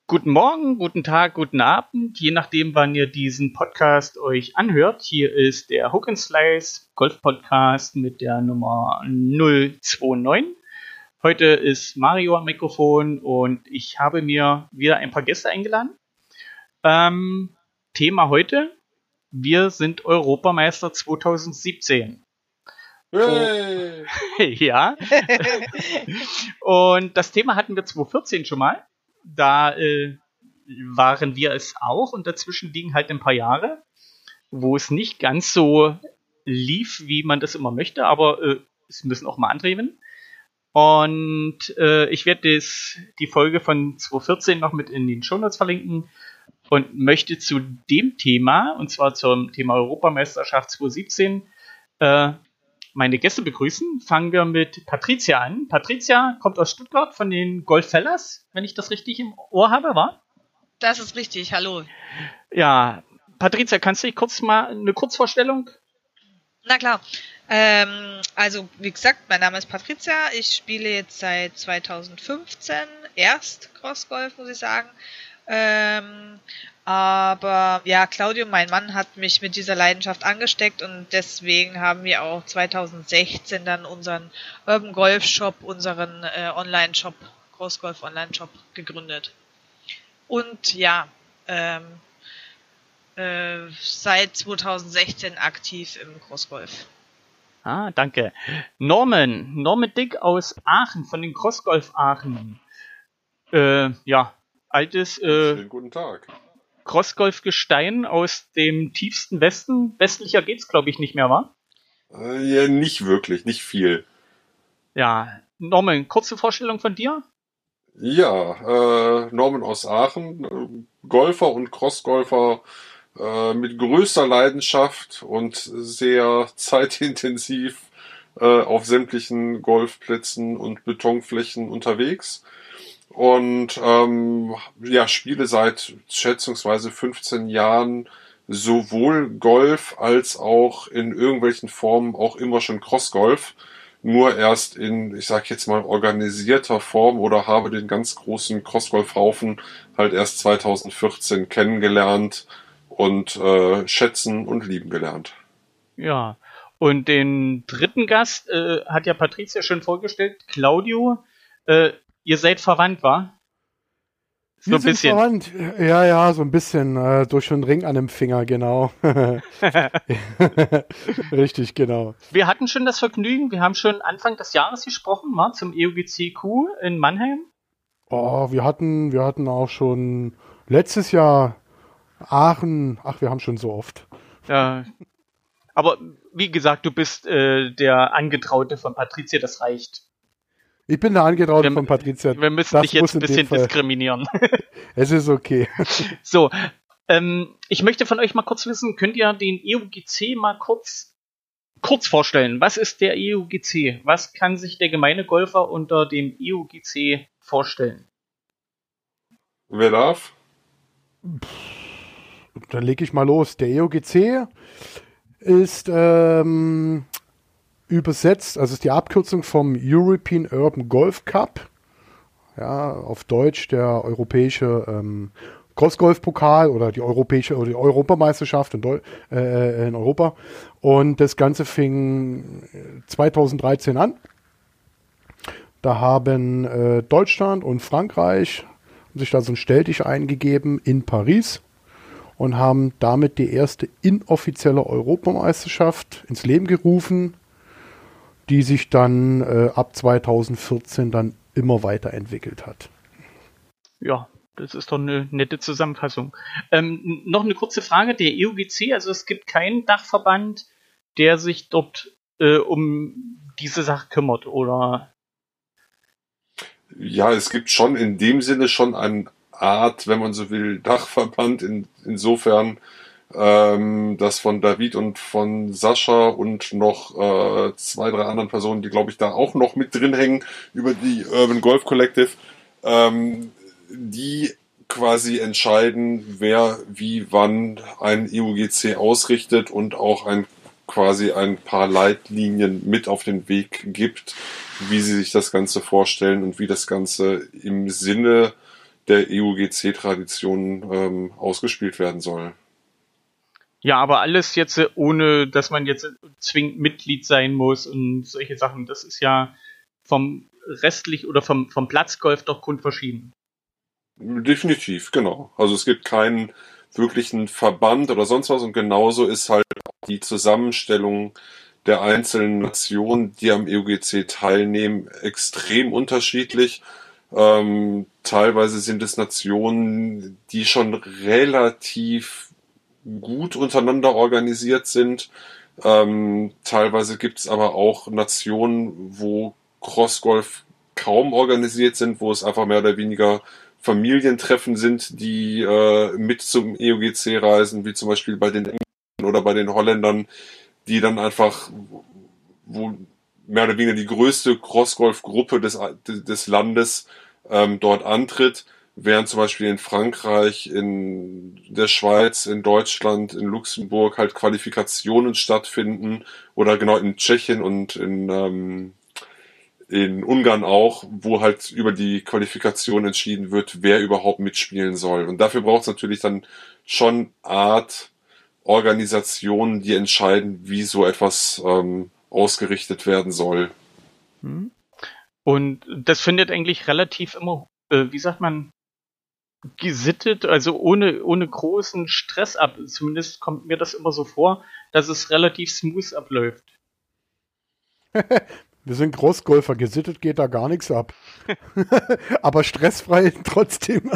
Guten Morgen, guten Tag, guten Abend, je nachdem, wann ihr diesen Podcast euch anhört. Hier ist der Hook and Slice Golf Podcast mit der Nummer 029. Heute ist Mario am Mikrofon und ich habe mir wieder ein paar Gäste eingeladen. Thema heute: Wir sind Europameister 2017. Hey. Ja. Und das Thema hatten wir 2014 schon mal. Da waren wir es auch und dazwischen liegen halt ein paar Jahre, wo es nicht ganz so lief, wie man das immer möchte, aber es müssen auch mal andere gewinnen. Und ich werde die Folge von 2014 noch mit in den Shownotes verlinken und möchte zu dem Thema, und zwar zum Thema Europameisterschaft 2017, meine Gäste begrüßen. Fangen wir mit Patricia an. Patricia kommt aus Stuttgart von den Golffellas, wenn ich das richtig im Ohr habe, wa? Das ist richtig, hallo. Ja, Patricia, kannst du dich kurz mal eine Kurzvorstellung? Na klar. Also, wie gesagt, mein Name ist Patricia. Ich spiele jetzt seit 2015 erst Crossgolf, muss ich sagen. Aber ja, Claudio, mein Mann, hat mich mit dieser Leidenschaft angesteckt und deswegen haben wir auch 2016 dann unseren Urban Golf Shop, unseren Online-Shop, Crossgolf Online-Shop gegründet. Und ja, seit 2016 aktiv im Crossgolf. Ah, danke. Norman Dick aus Aachen, von den Crossgolf Aachen. Ja, altes Schönen guten Tag. Crossgolf-Gestein aus dem tiefsten Westen. Westlicher geht's, glaube ich, nicht mehr, wa? Ja, nicht wirklich, nicht viel. Ja, Norman, kurze Vorstellung von dir? Ja, Norman aus Aachen, Golfer und Crossgolfer mit größter Leidenschaft und sehr zeitintensiv auf sämtlichen Golfplätzen und Betonflächen unterwegs. Und ja, spiele seit schätzungsweise 15 Jahren sowohl Golf als auch in irgendwelchen Formen auch immer schon Crossgolf. Nur erst in, ich sag jetzt mal, organisierter Form oder habe den ganz großen Crossgolf-Haufen halt erst 2014 kennengelernt und schätzen und lieben gelernt. Ja, und den dritten Gast hat ja Patricia schon vorgestellt, Claudio. Ihr seid verwandt, wa? So ein bisschen. Verwandt. Ja, so ein bisschen. Durch einen Ring an dem Finger, genau. Richtig, genau. Wir hatten schon das Vergnügen, wir haben schon Anfang des Jahres gesprochen, mal zum EUGC-Q in Mannheim. Oh, wir hatten auch schon letztes Jahr Aachen. Ach, wir haben schon so oft. Ja. Aber wie gesagt, du bist der Angetraute von Patricia, das reicht. Ich bin der Angetraute von Patricia. Wir müssen dich jetzt ein bisschen diskriminieren. Es ist okay. So, ich möchte von euch mal kurz wissen, könnt ihr den EUGC mal kurz vorstellen? Was ist der EUGC? Was kann sich der gemeine Golfer unter dem EUGC vorstellen? Wer darf? Dann lege ich mal los. Der EUGC ist übersetzt, also ist die Abkürzung vom European Urban Golf Cup. Ja, auf Deutsch der europäische Crossgolf-Pokal oder die Europameisterschaft in Europa. Und das Ganze fing 2013 an. Da haben Deutschland und Frankreich sich da so ein Stelldichein eingegeben in Paris und haben damit die erste inoffizielle Europameisterschaft ins Leben gerufen, die sich dann ab 2014 dann immer weiterentwickelt hat. Ja, das ist doch eine nette Zusammenfassung. Noch eine kurze Frage, der EUGC, also es gibt keinen Dachverband, der sich dort um diese Sache kümmert, oder? Ja, es gibt schon in dem Sinne schon eine Art, wenn man so will, Dachverband, insofern das von David und von Sascha und noch 2, 3 anderen Personen, die glaube ich da auch noch mit drin hängen, über die Urban Golf Collective, die quasi entscheiden, wer wie wann ein EUGC ausrichtet und auch quasi ein paar Leitlinien mit auf den Weg gibt, wie sie sich das Ganze vorstellen und wie das Ganze im Sinne der EUGC-Tradition ausgespielt werden soll. Ja, aber alles jetzt ohne, dass man jetzt zwingend Mitglied sein muss und solche Sachen. Das ist ja vom restlich oder vom Platzgolf doch grundverschieden. Definitiv, genau. Also es gibt keinen wirklichen Verband oder sonst was und genauso ist halt die Zusammenstellung der einzelnen Nationen, die am EUGC teilnehmen, extrem unterschiedlich. Teilweise sind es Nationen, die schon relativ gut untereinander organisiert sind. Teilweise gibt es aber auch Nationen, wo Crossgolf kaum organisiert sind, wo es einfach mehr oder weniger Familientreffen sind, die mit zum EUGC reisen, wie zum Beispiel bei den Engländern oder bei den Holländern, die dann einfach, wo mehr oder weniger die größte Crossgolf-Gruppe des Landes dort antritt, während zum Beispiel in Frankreich, in der Schweiz, in Deutschland, in Luxemburg halt Qualifikationen stattfinden oder genau in Tschechien und in Ungarn auch, wo halt über die Qualifikation entschieden wird, wer überhaupt mitspielen soll. Und dafür braucht es natürlich dann schon Art Organisationen, die entscheiden, wie so etwas ausgerichtet werden soll. Und das findet eigentlich relativ immer, wie sagt man, gesittet, also ohne großen Stress ab. Zumindest kommt mir das immer so vor, dass es relativ smooth abläuft. Wir sind Großgolfer, gesittet geht da gar nichts ab. Aber stressfrei trotzdem.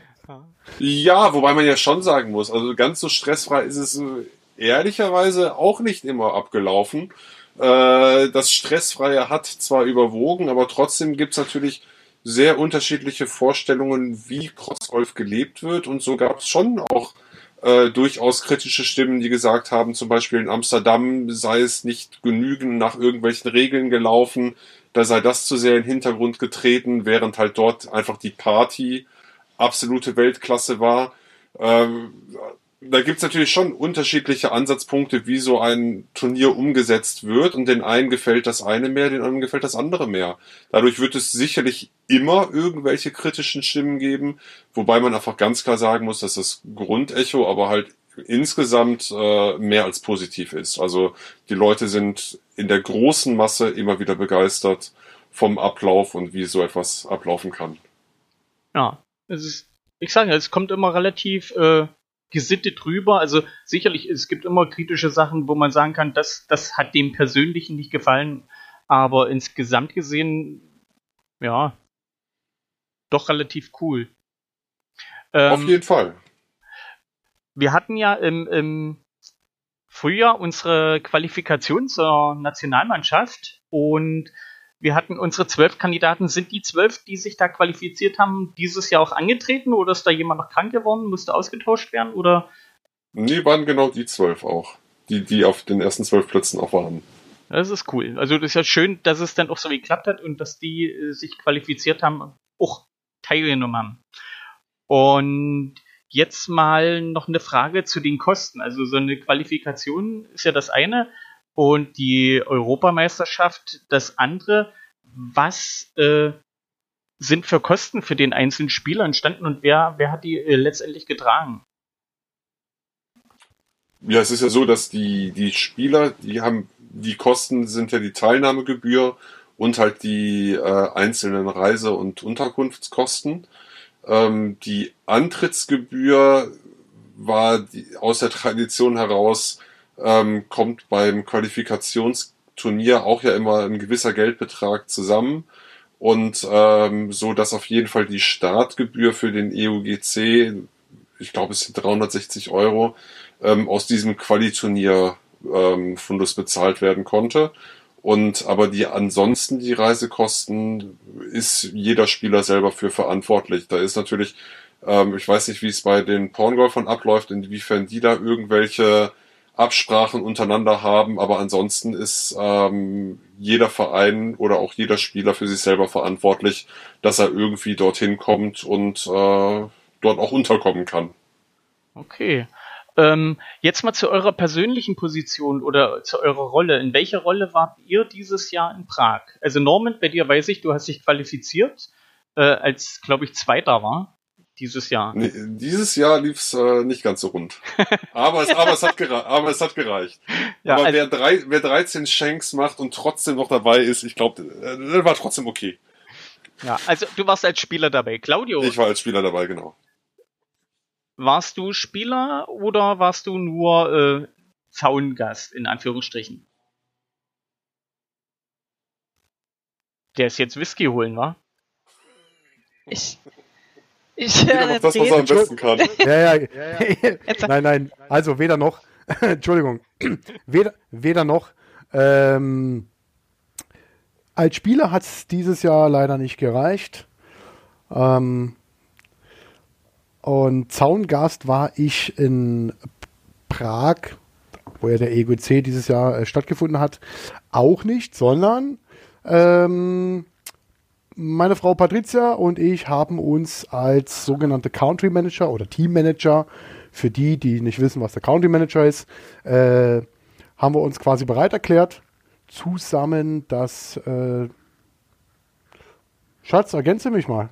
Ja, wobei man ja schon sagen muss, also ganz so stressfrei ist es ehrlicherweise auch nicht immer abgelaufen. Das Stressfreie hat zwar überwogen, aber trotzdem gibt's natürlich sehr unterschiedliche Vorstellungen, wie Crossgolf gelebt wird. Und so gab es schon auch durchaus kritische Stimmen, die gesagt haben, zum Beispiel in Amsterdam sei es nicht genügend nach irgendwelchen Regeln gelaufen, da sei das zu sehr in den Hintergrund getreten, während halt dort einfach die Party absolute Weltklasse war. Da gibt's natürlich schon unterschiedliche Ansatzpunkte, wie so ein Turnier umgesetzt wird, und den einen gefällt das eine mehr, den anderen gefällt das andere mehr. Dadurch wird es sicherlich immer irgendwelche kritischen Stimmen geben, wobei man einfach ganz klar sagen muss, dass das Grundecho aber halt insgesamt mehr als positiv ist. Also die Leute sind in der großen Masse immer wieder begeistert vom Ablauf und wie so etwas ablaufen kann. Ja, ich sage ja, es kommt immer relativ gesittet rüber. Also sicherlich, es gibt immer kritische Sachen, wo man sagen kann, das hat dem Persönlichen nicht gefallen, aber insgesamt gesehen, ja, doch relativ cool. Auf jeden Fall. Wir hatten ja im Frühjahr unsere Qualifikation zur Nationalmannschaft und wir hatten unsere 12 Kandidaten. Sind die 12, die sich da qualifiziert haben, dieses Jahr auch angetreten oder ist da jemand noch krank geworden, musste ausgetauscht werden? Oder? Nee, waren genau die 12 auch, die auf den ersten 12 Plätzen auch waren. Das ist cool. Also das ist ja schön, dass es dann auch so geklappt hat und dass die sich qualifiziert haben, auch teilgenommen haben. Und jetzt mal noch eine Frage zu den Kosten. Also so eine Qualifikation ist ja das eine und die Europameisterschaft das andere. Was sind für Kosten für den einzelnen Spieler entstanden und wer hat die letztendlich getragen? Ja, es ist ja so, dass die Spieler, die Kosten sind ja die Teilnahmegebühr und halt die einzelnen Reise- und Unterkunftskosten. Die Antrittsgebühr war aus der Tradition heraus, kommt beim Qualifikationsturnier auch ja immer ein gewisser Geldbetrag zusammen. Und so, dass auf jeden Fall die Startgebühr für den EUGC, ich glaube es sind 360 Euro, aus diesem Qualiturnier Fundus bezahlt werden konnte. Und aber ansonsten die Reisekosten ist jeder Spieler selber für verantwortlich. Da ist natürlich, ich weiß nicht, wie es bei den Porngolfern abläuft, inwiefern die da irgendwelche Absprachen untereinander haben, aber ansonsten ist jeder Verein oder auch jeder Spieler für sich selber verantwortlich, dass er irgendwie dorthin kommt und dort auch unterkommen kann. Okay. Jetzt mal zu eurer persönlichen Position oder zu eurer Rolle. In welcher Rolle wart ihr dieses Jahr in Prag? Also Norman, bei dir weiß ich, du hast dich qualifiziert, als, glaube ich, Zweiter war. dieses Jahr? Nee, dieses Jahr lief's nicht ganz so rund. Aber es hat gereicht. Ja, aber also, wer 13 Shanks macht und trotzdem noch dabei ist, ich glaube, war trotzdem okay. ja, also du warst als Spieler dabei. Claudio, Ich war als Spieler dabei, genau. warst du Spieler oder warst du nur Zaungast, in Anführungsstrichen? Der ist jetzt Whisky holen, wa? Ich Jeder macht das, was er am besten kann. Ja. Jetzt- Nein. Also weder noch. Entschuldigung. Weder noch. Als Spieler hat es dieses Jahr leider nicht gereicht. Und Zaungast war ich in Prag, wo ja der EGC dieses Jahr stattgefunden hat, auch nicht, sondern meine Frau Patricia und ich haben uns als sogenannte Country Manager oder Team Manager, für die nicht wissen, was der Country Manager ist, haben wir uns quasi bereit erklärt, zusammen das Schatz, ergänze mich mal.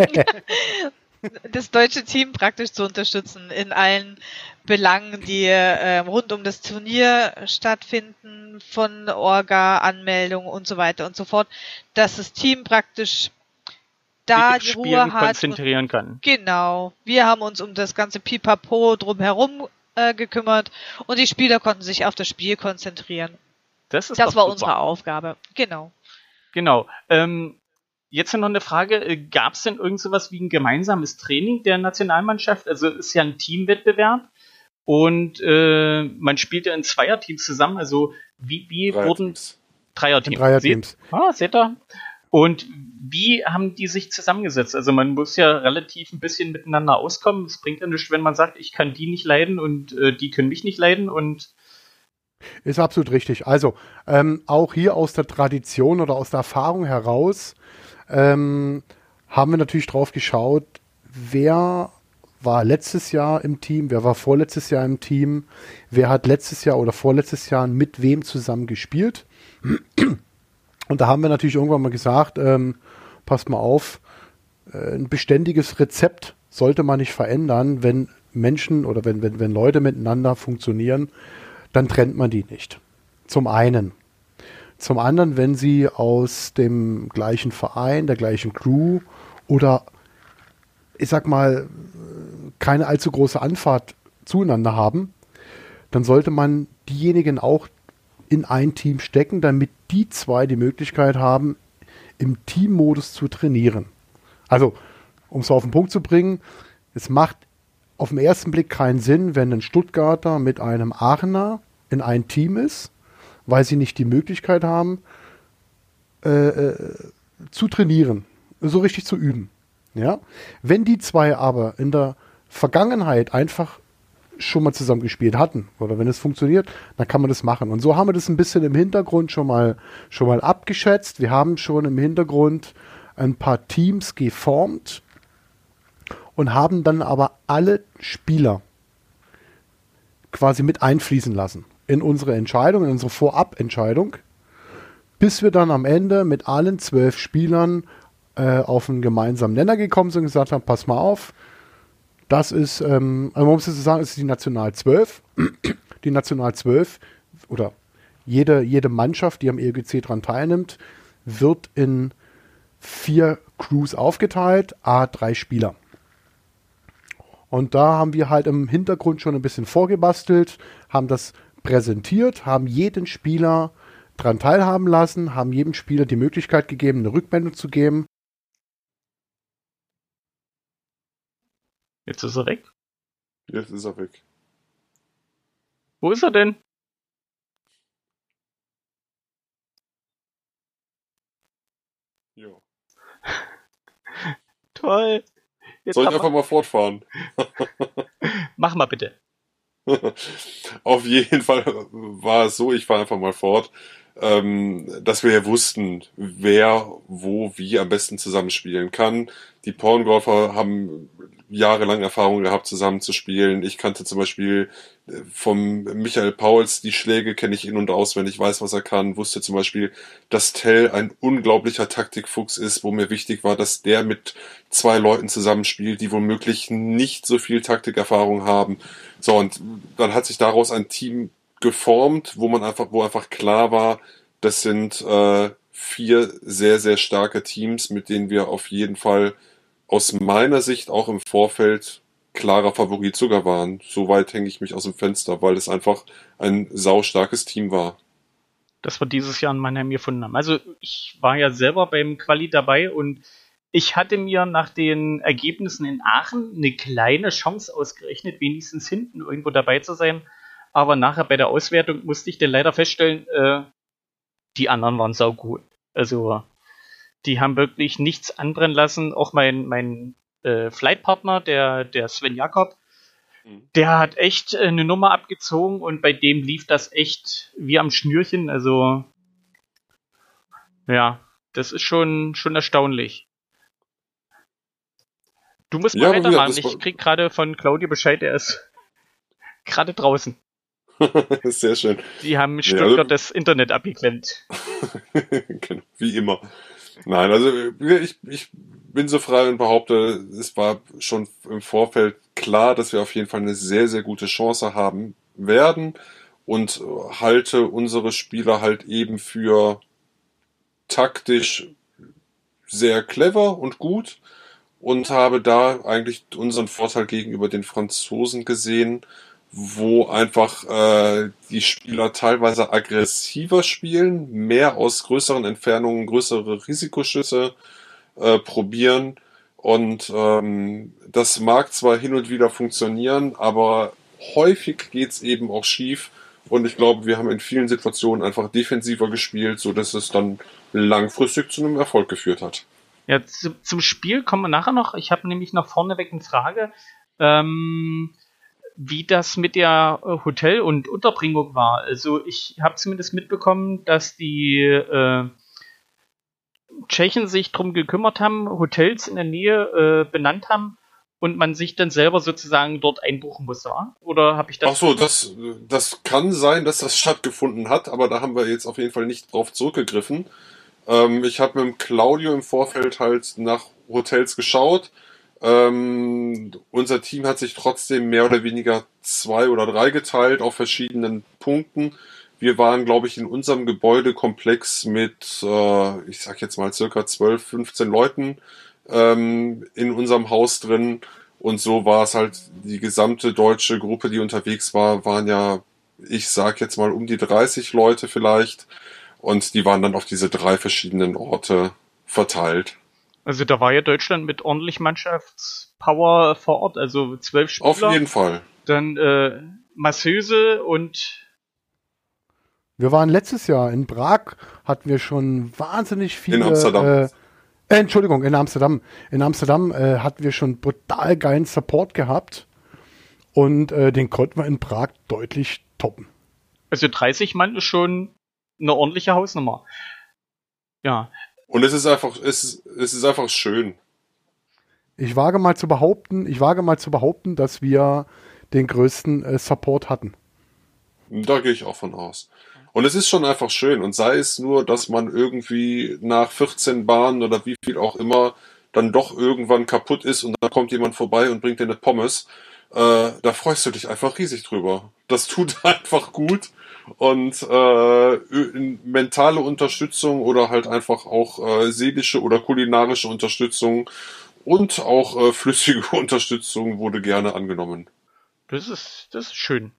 das deutsche Team praktisch zu unterstützen in allen Belangen, die rund um das Turnier stattfinden, von Orga, Anmeldung und so weiter und so fort, dass das Team praktisch da Sich die auf Spielen Ruhe hat. konzentrieren kann. Genau, wir haben uns um das ganze Pipapo drumherum gekümmert und die Spieler konnten sich auf das Spiel konzentrieren. Das ist Das doch war super. unsere Aufgabe, genau. Genau. Jetzt noch eine Frage. Gab es denn irgend sowas wie ein gemeinsames Training der Nationalmannschaft? Also es ist ja ein Teamwettbewerb und man spielt ja in Zweierteams zusammen. Also wie wurden Dreierteams? Dreierteams. Seht ihr? Und wie haben die sich zusammengesetzt? Also man muss ja relativ ein bisschen miteinander auskommen. Es bringt ja nichts, wenn man sagt, ich kann die nicht leiden und die können mich nicht leiden und Ist absolut richtig. Also auch hier aus der Tradition oder aus der Erfahrung heraus haben wir natürlich drauf geschaut, wer war letztes Jahr im Team, wer war vorletztes Jahr im Team, wer hat letztes Jahr oder vorletztes Jahr mit wem zusammen gespielt. Und da haben wir natürlich irgendwann mal gesagt, passt mal auf, ein beständiges Rezept sollte man nicht verändern, wenn Menschen oder wenn Leute miteinander funktionieren, dann trennt man die nicht. Zum einen. Zum anderen, wenn sie aus dem gleichen Verein, der gleichen Crew oder ich sag mal, keine allzu große Anfahrt zueinander haben, dann sollte man diejenigen auch in ein Team stecken, damit die zwei die Möglichkeit haben, im Teammodus zu trainieren. Also, um es auf den Punkt zu bringen, es macht auf den ersten Blick keinen Sinn, wenn ein Stuttgarter mit einem Aachener in ein Team ist, weil sie nicht die Möglichkeit haben, zu trainieren, so richtig zu üben. Ja? Wenn die zwei aber in der Vergangenheit einfach schon mal zusammen gespielt hatten oder wenn es funktioniert, dann kann man das machen. Und so haben wir das ein bisschen im Hintergrund schon mal abgeschätzt. Wir haben schon im Hintergrund ein paar Teams geformt und haben dann aber alle Spieler quasi mit einfließen lassen in unsere Entscheidung, in unsere Vorabentscheidung, bis wir dann am Ende mit allen 12 Spielern auf einen gemeinsamen Nenner gekommen sind und gesagt haben, pass mal auf, das ist, also man muss jetzt sagen, es ist die National 12. Die National 12 oder jede Mannschaft, die am EGC dran teilnimmt, wird in 4 Crews aufgeteilt, a 3 Spieler. Und da haben wir halt im Hintergrund schon ein bisschen vorgebastelt, haben das präsentiert, haben jeden Spieler dran teilhaben lassen, haben jedem Spieler die Möglichkeit gegeben, eine Rückmeldung zu geben. jetzt ist er weg. Jetzt ist er weg. Wo ist er denn? Ja. Toll. Jetzt Soll ich haben einfach mal fortfahren? Mach mal bitte. Auf jeden Fall war es so, ich fahre einfach mal fort, dass wir ja wussten, wer wo wie am besten zusammenspielen kann. Die Porngolfer haben jahrelang Erfahrung gehabt, zusammen zu spielen. Ich kannte zum Beispiel vom Michael Pauls die Schläge, kenne ich in- und auswendig, weiß, was er kann, wusste zum Beispiel, dass Tell ein unglaublicher Taktikfuchs ist, wo mir wichtig war, dass der mit 2 Leuten zusammenspielt, die womöglich nicht so viel Taktikerfahrung haben. So, und dann hat sich daraus ein Team geformt, wo einfach klar war, das sind 4 sehr, sehr starke Teams, mit denen wir auf jeden Fall aus meiner Sicht auch im Vorfeld klarer Favorit sogar waren. Soweit hänge ich mich aus dem Fenster, weil es einfach ein saustarkes Team war. Das wir dieses Jahr in Mannheim gefunden haben. Also ich war ja selber beim Quali dabei und ich hatte mir nach den Ergebnissen in Aachen eine kleine Chance ausgerechnet, wenigstens hinten irgendwo dabei zu sein. Aber nachher bei der Auswertung musste ich dann leider feststellen, die anderen waren saugut. Also die haben wirklich nichts anbrennen lassen. Auch mein Flightpartner, der Sven Jakob, der hat echt eine Nummer abgezogen und bei dem lief das echt wie am Schnürchen. Also ja, das ist schon erstaunlich. Du musst mal Ja, aber weitermachen. das war Ich krieg gerade von Claudio Bescheid, er ist gerade draußen. sehr schön. Die haben Nee, Stuttgart das Internet abgeklemmt. Genau, wie immer. Nein, also ich bin so frei und behaupte, es war schon im Vorfeld klar, dass wir auf jeden Fall eine sehr, sehr gute Chance haben werden und halte unsere Spieler halt eben für taktisch sehr clever und gut und habe da eigentlich unseren Vorteil gegenüber den Franzosen gesehen, wo einfach die Spieler teilweise aggressiver spielen, mehr aus größeren Entfernungen, größere Risikoschüsse probieren. Und das mag zwar hin und wieder funktionieren, aber häufig geht's eben auch schief. Und ich glaube, wir haben in vielen Situationen einfach defensiver gespielt, so dass es dann langfristig zu einem Erfolg geführt hat. Ja, zum Spiel kommen wir nachher noch. Ich habe nämlich noch vorneweg eine Frage, wie das mit der Hotel- und Unterbringung war. Also ich habe zumindest mitbekommen, dass die Tschechen sich darum gekümmert haben, Hotels in der Nähe benannt haben und man sich dann selber sozusagen dort einbuchen muss, wa? Oder habe ich das? Ach so, das kann sein, dass das stattgefunden hat, aber da haben wir jetzt auf jeden Fall nicht drauf zurückgegriffen. Ich habe mit dem Claudio im Vorfeld halt nach Hotels geschaut. Unser Team hat sich trotzdem mehr oder weniger 2 oder 3 geteilt auf verschiedenen Punkten. Wir waren, glaube ich, in unserem Gebäudekomplex mit, ich sag jetzt mal circa 12, 15 Leuten in unserem Haus drin. Und so war es halt, die gesamte deutsche Gruppe, die unterwegs war, waren ja, ich sag jetzt mal um die 30 Leute vielleicht. Und die waren dann auf diese 3 verschiedenen Orte verteilt. Also da war ja Deutschland mit ordentlich Mannschaftspower vor Ort, also 12 Spieler. Auf jeden Fall. Dann Masseuse und Wir waren letztes Jahr in Prag, hatten wir schon wahnsinnig viele. In Amsterdam. Entschuldigung, in Amsterdam. In Amsterdam hatten wir schon brutal geilen Support gehabt und den konnten wir in Prag deutlich toppen. also 30 Mann ist schon eine ordentliche Hausnummer. Ja. Und es ist einfach schön. Ich wage mal zu behaupten, dass wir den größten Support hatten. Da gehe ich auch von aus. Und es ist schon einfach schön. Und sei es nur, dass man irgendwie nach 14 Bahnen oder wie viel auch immer dann doch irgendwann kaputt ist und dann kommt jemand vorbei und bringt dir eine Pommes. Da freust du dich einfach riesig drüber. Das tut einfach gut. Und mentale Unterstützung oder halt einfach auch seelische oder kulinarische Unterstützung und auch flüssige Unterstützung wurde gerne angenommen. Das ist schön.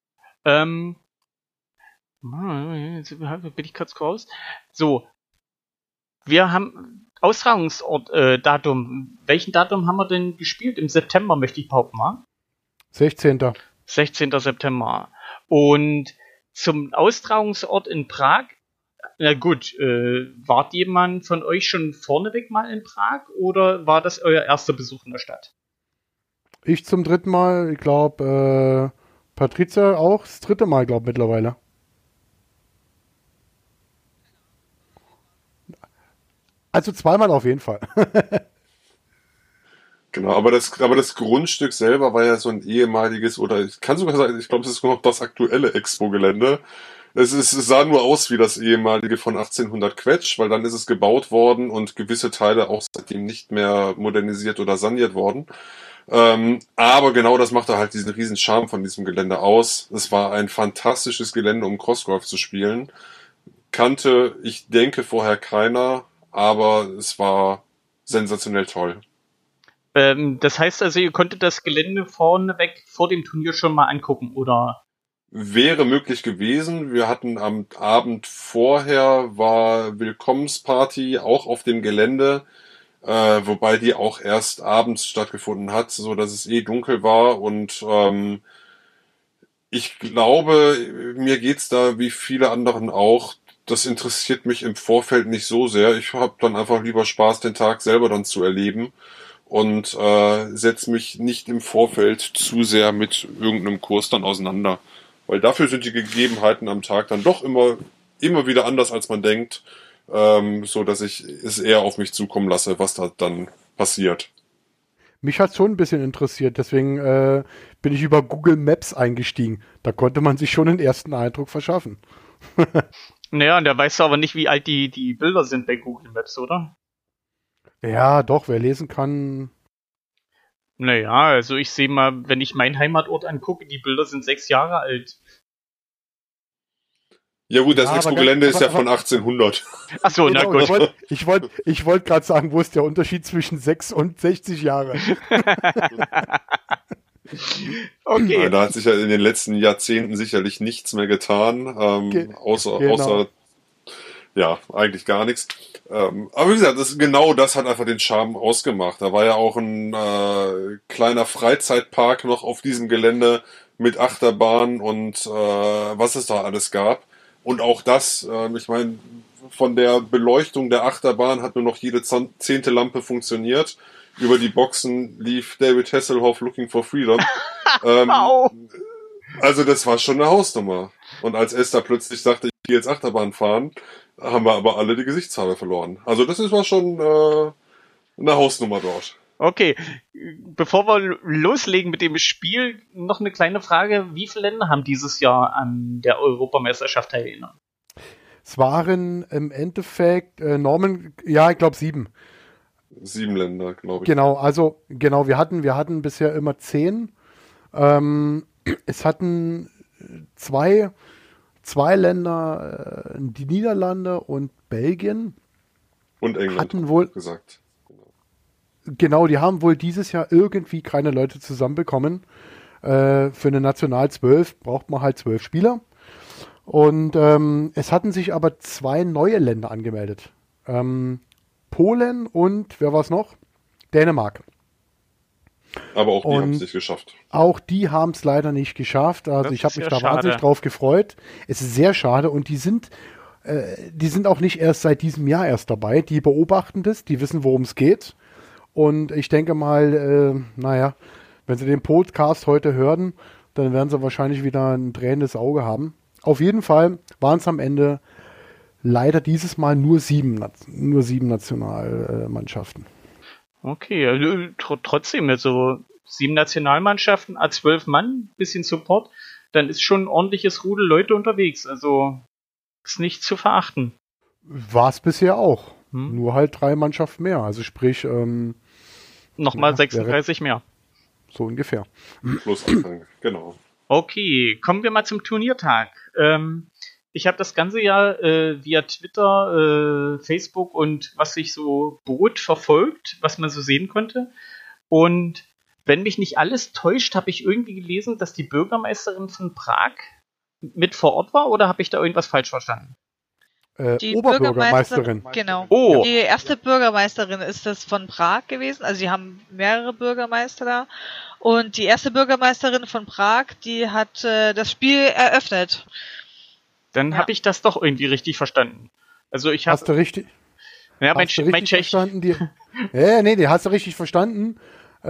Jetzt bin ich kurz raus. So, wir haben Austragungsort, Datum. Welchen Datum haben wir denn gespielt? Im September, möchte ich behaupten, wa? 16. 16. September. Und zum Austragungsort in Prag, na gut, wart jemand von euch schon vorneweg mal in Prag oder war das euer erster Besuch in der Stadt? Ich zum 3. Mal, ich glaube, Patricia auch das 3. Mal, glaube ich, mittlerweile. Also 2 Mal auf jeden Fall. Genau, aber das Grundstück selber war ja so ein ehemaliges, oder ich kann sogar sagen, ich glaube, es ist noch das aktuelle Expo-Gelände. Es sah nur aus wie das ehemalige von 1800 Quetsch, weil dann ist es gebaut worden und gewisse Teile auch seitdem nicht mehr modernisiert oder saniert worden. Aber genau das machte halt diesen riesen Charme von diesem Gelände aus. Es war ein fantastisches Gelände, um Crossgolf zu spielen. Kannte, ich denke, vorher keiner, aber es war sensationell toll. Das heißt also, ihr konntet das Gelände vorneweg vor dem Turnier schon mal angucken, oder? Wäre möglich gewesen. Wir hatten am Abend vorher war Willkommensparty auch auf dem Gelände, wobei die auch erst abends stattgefunden hat, so dass es dunkel war und ich glaube, mir geht's da wie viele anderen auch. Das interessiert mich im Vorfeld nicht so sehr. Ich habe dann einfach lieber Spaß, den Tag selber dann zu erleben und setze mich nicht im Vorfeld zu sehr mit irgendeinem Kurs dann auseinander. Weil dafür sind die Gegebenheiten am Tag dann doch immer wieder anders, als man denkt, so dass ich es eher auf mich zukommen lasse, was da dann passiert. Mich hat schon ein bisschen interessiert, deswegen bin ich über Google Maps eingestiegen. Da konnte man sich schon den ersten Eindruck verschaffen. Naja, und da weißt du aber nicht, wie alt die Bilder sind bei Google Maps, oder? Ja, doch, wer lesen kann. Naja, also ich sehe mal, wenn ich meinen Heimatort angucke, die Bilder sind 6 Jahre alt. Ja gut, das Ja, Expo-Gelände ist ja von 1800. Ach so, na Genau, gut. ich wollte gerade sagen, wo ist der Unterschied zwischen 6 und 60 Jahre? Okay. Da hat sich ja in den letzten Jahrzehnten sicherlich nichts mehr getan, außer ja, eigentlich gar nichts. Aber wie gesagt, genau das hat einfach den Charme ausgemacht. Da war ja auch ein kleiner Freizeitpark noch auf diesem Gelände mit Achterbahn und was es da alles gab. Und auch das, ich meine, von der Beleuchtung der Achterbahn hat nur noch jede 10. Lampe funktioniert. Über die Boxen lief David Hasselhoff Looking for Freedom. Also das war schon eine Hausnummer. Und als Esther plötzlich sagte, ich gehe jetzt Achterbahn fahren, haben wir aber alle die Gesichtsfarbe verloren. Also das war schon eine Hausnummer dort. Okay, bevor wir loslegen mit dem Spiel, noch eine kleine Frage. Wie viele Länder haben dieses Jahr an der Europameisterschaft teilgenommen? Es waren im Endeffekt Norman, ja, ich glaube 7. 7 Länder, glaube ich. Genau, also genau, wir hatten bisher immer 10. Es hatten zwei Länder, die Niederlande und Belgien. Und England, hatten wohl gesagt. Genau, die haben wohl dieses Jahr irgendwie keine Leute zusammenbekommen. Für eine National 12 braucht man halt 12 Spieler. Und es hatten sich aber 2 neue Länder angemeldet. Polen und, wer war es noch? Dänemark. Aber auch die haben es nicht geschafft. Auch die haben es leider nicht geschafft. Also ich habe mich da wahnsinnig drauf gefreut. Es ist sehr schade und die sind auch nicht erst seit diesem Jahr erst dabei. Die beobachten das, die wissen, worum es geht. Und ich denke mal, wenn sie den Podcast heute hören, dann werden sie wahrscheinlich wieder ein tränendes Auge haben. Auf jeden Fall waren es am Ende leider dieses Mal nur 7 Nationalmannschaften. Okay, also trotzdem, also 7 Nationalmannschaften, 12 Mann, bisschen Support, dann ist schon ein ordentliches Rudel Leute unterwegs. Also ist nicht zu verachten. War es bisher auch. Nur halt 3 Mannschaften mehr. Also sprich nochmal 36 mehr. So ungefähr. Plus Anfang, genau. Okay, kommen wir mal zum Turniertag. Ich habe das ganze Jahr via Twitter, Facebook und was sich so bot verfolgt, was man so sehen konnte. Und wenn mich nicht alles täuscht, habe ich irgendwie gelesen, dass die Bürgermeisterin von Prag mit vor Ort war, oder habe ich da irgendwas falsch verstanden? Die Oberbürgermeisterin. Genau. Oh. Die erste Bürgermeisterin ist das von Prag gewesen. Also sie haben mehrere Bürgermeister da. Und die erste Bürgermeisterin von Prag, die hat das Spiel eröffnet. Dann habe ich das doch irgendwie richtig verstanden. Also ich habe. Hast du richtig? Ja, mein Tschech. Verstanden? Die hast du richtig verstanden.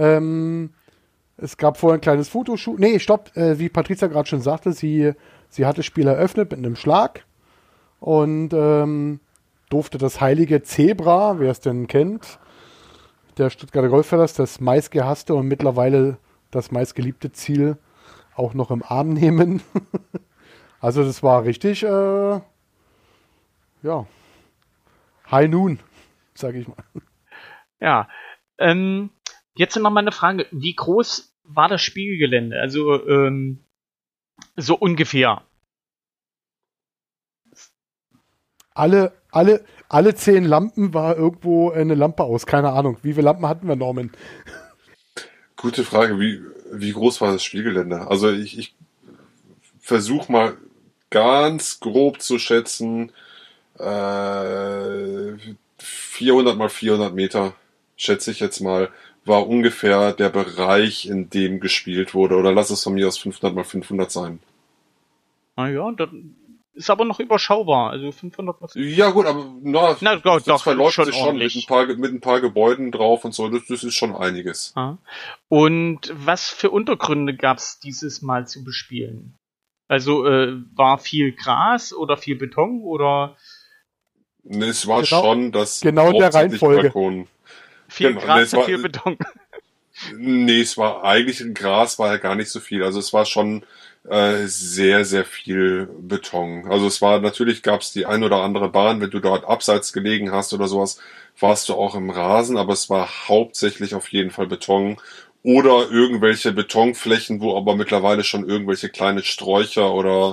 Es gab vorher ein kleines Fotoshoot. Nee, stopp. Wie Patricia gerade schon sagte, sie hat das Spiel eröffnet mit einem Schlag und durfte das heilige Zebra, wer es denn kennt, der Stuttgarter Golfverlass das meistgehasste und mittlerweile das meistgeliebte Ziel auch noch im Arm nehmen. Also das war richtig, ja, High Noon, sage ich mal. Ja, jetzt noch mal eine Frage. Wie groß war das Spielgelände? Also so ungefähr. Alle 10 Lampen war irgendwo eine Lampe aus. Keine Ahnung. Wie viele Lampen hatten wir, Norman? Gute Frage. Wie groß war das Spielgelände? Also ich versuche mal ganz grob zu schätzen, 400 mal 400 Meter, schätze ich jetzt mal, war ungefähr der Bereich, in dem gespielt wurde. Oder lass es von mir aus 500 mal 500 sein. Naja, das ist aber noch überschaubar. Also 500 mal 500. Ja gut, aber Doch, das verläuft schon sich schon ordentlich. mit ein paar Gebäuden drauf und so. Das ist schon einiges. Ah. Und was für Untergründe gab es dieses Mal zu bespielen? Also war viel Gras oder viel Beton oder Es war Genau- schon das genau der hauptsächlich Reihenfolge. Balkon. viel Genau, Gras es und war- viel Beton? Nee, es war eigentlich Gras, war ja gar nicht so viel. Also es war schon sehr, sehr viel Beton. Also es war, natürlich gab es die ein oder andere Bahn, wenn du dort abseits gelegen hast oder sowas, warst du auch im Rasen, aber es war hauptsächlich auf jeden Fall Beton oder irgendwelche Betonflächen, wo aber mittlerweile schon irgendwelche kleine Sträucher oder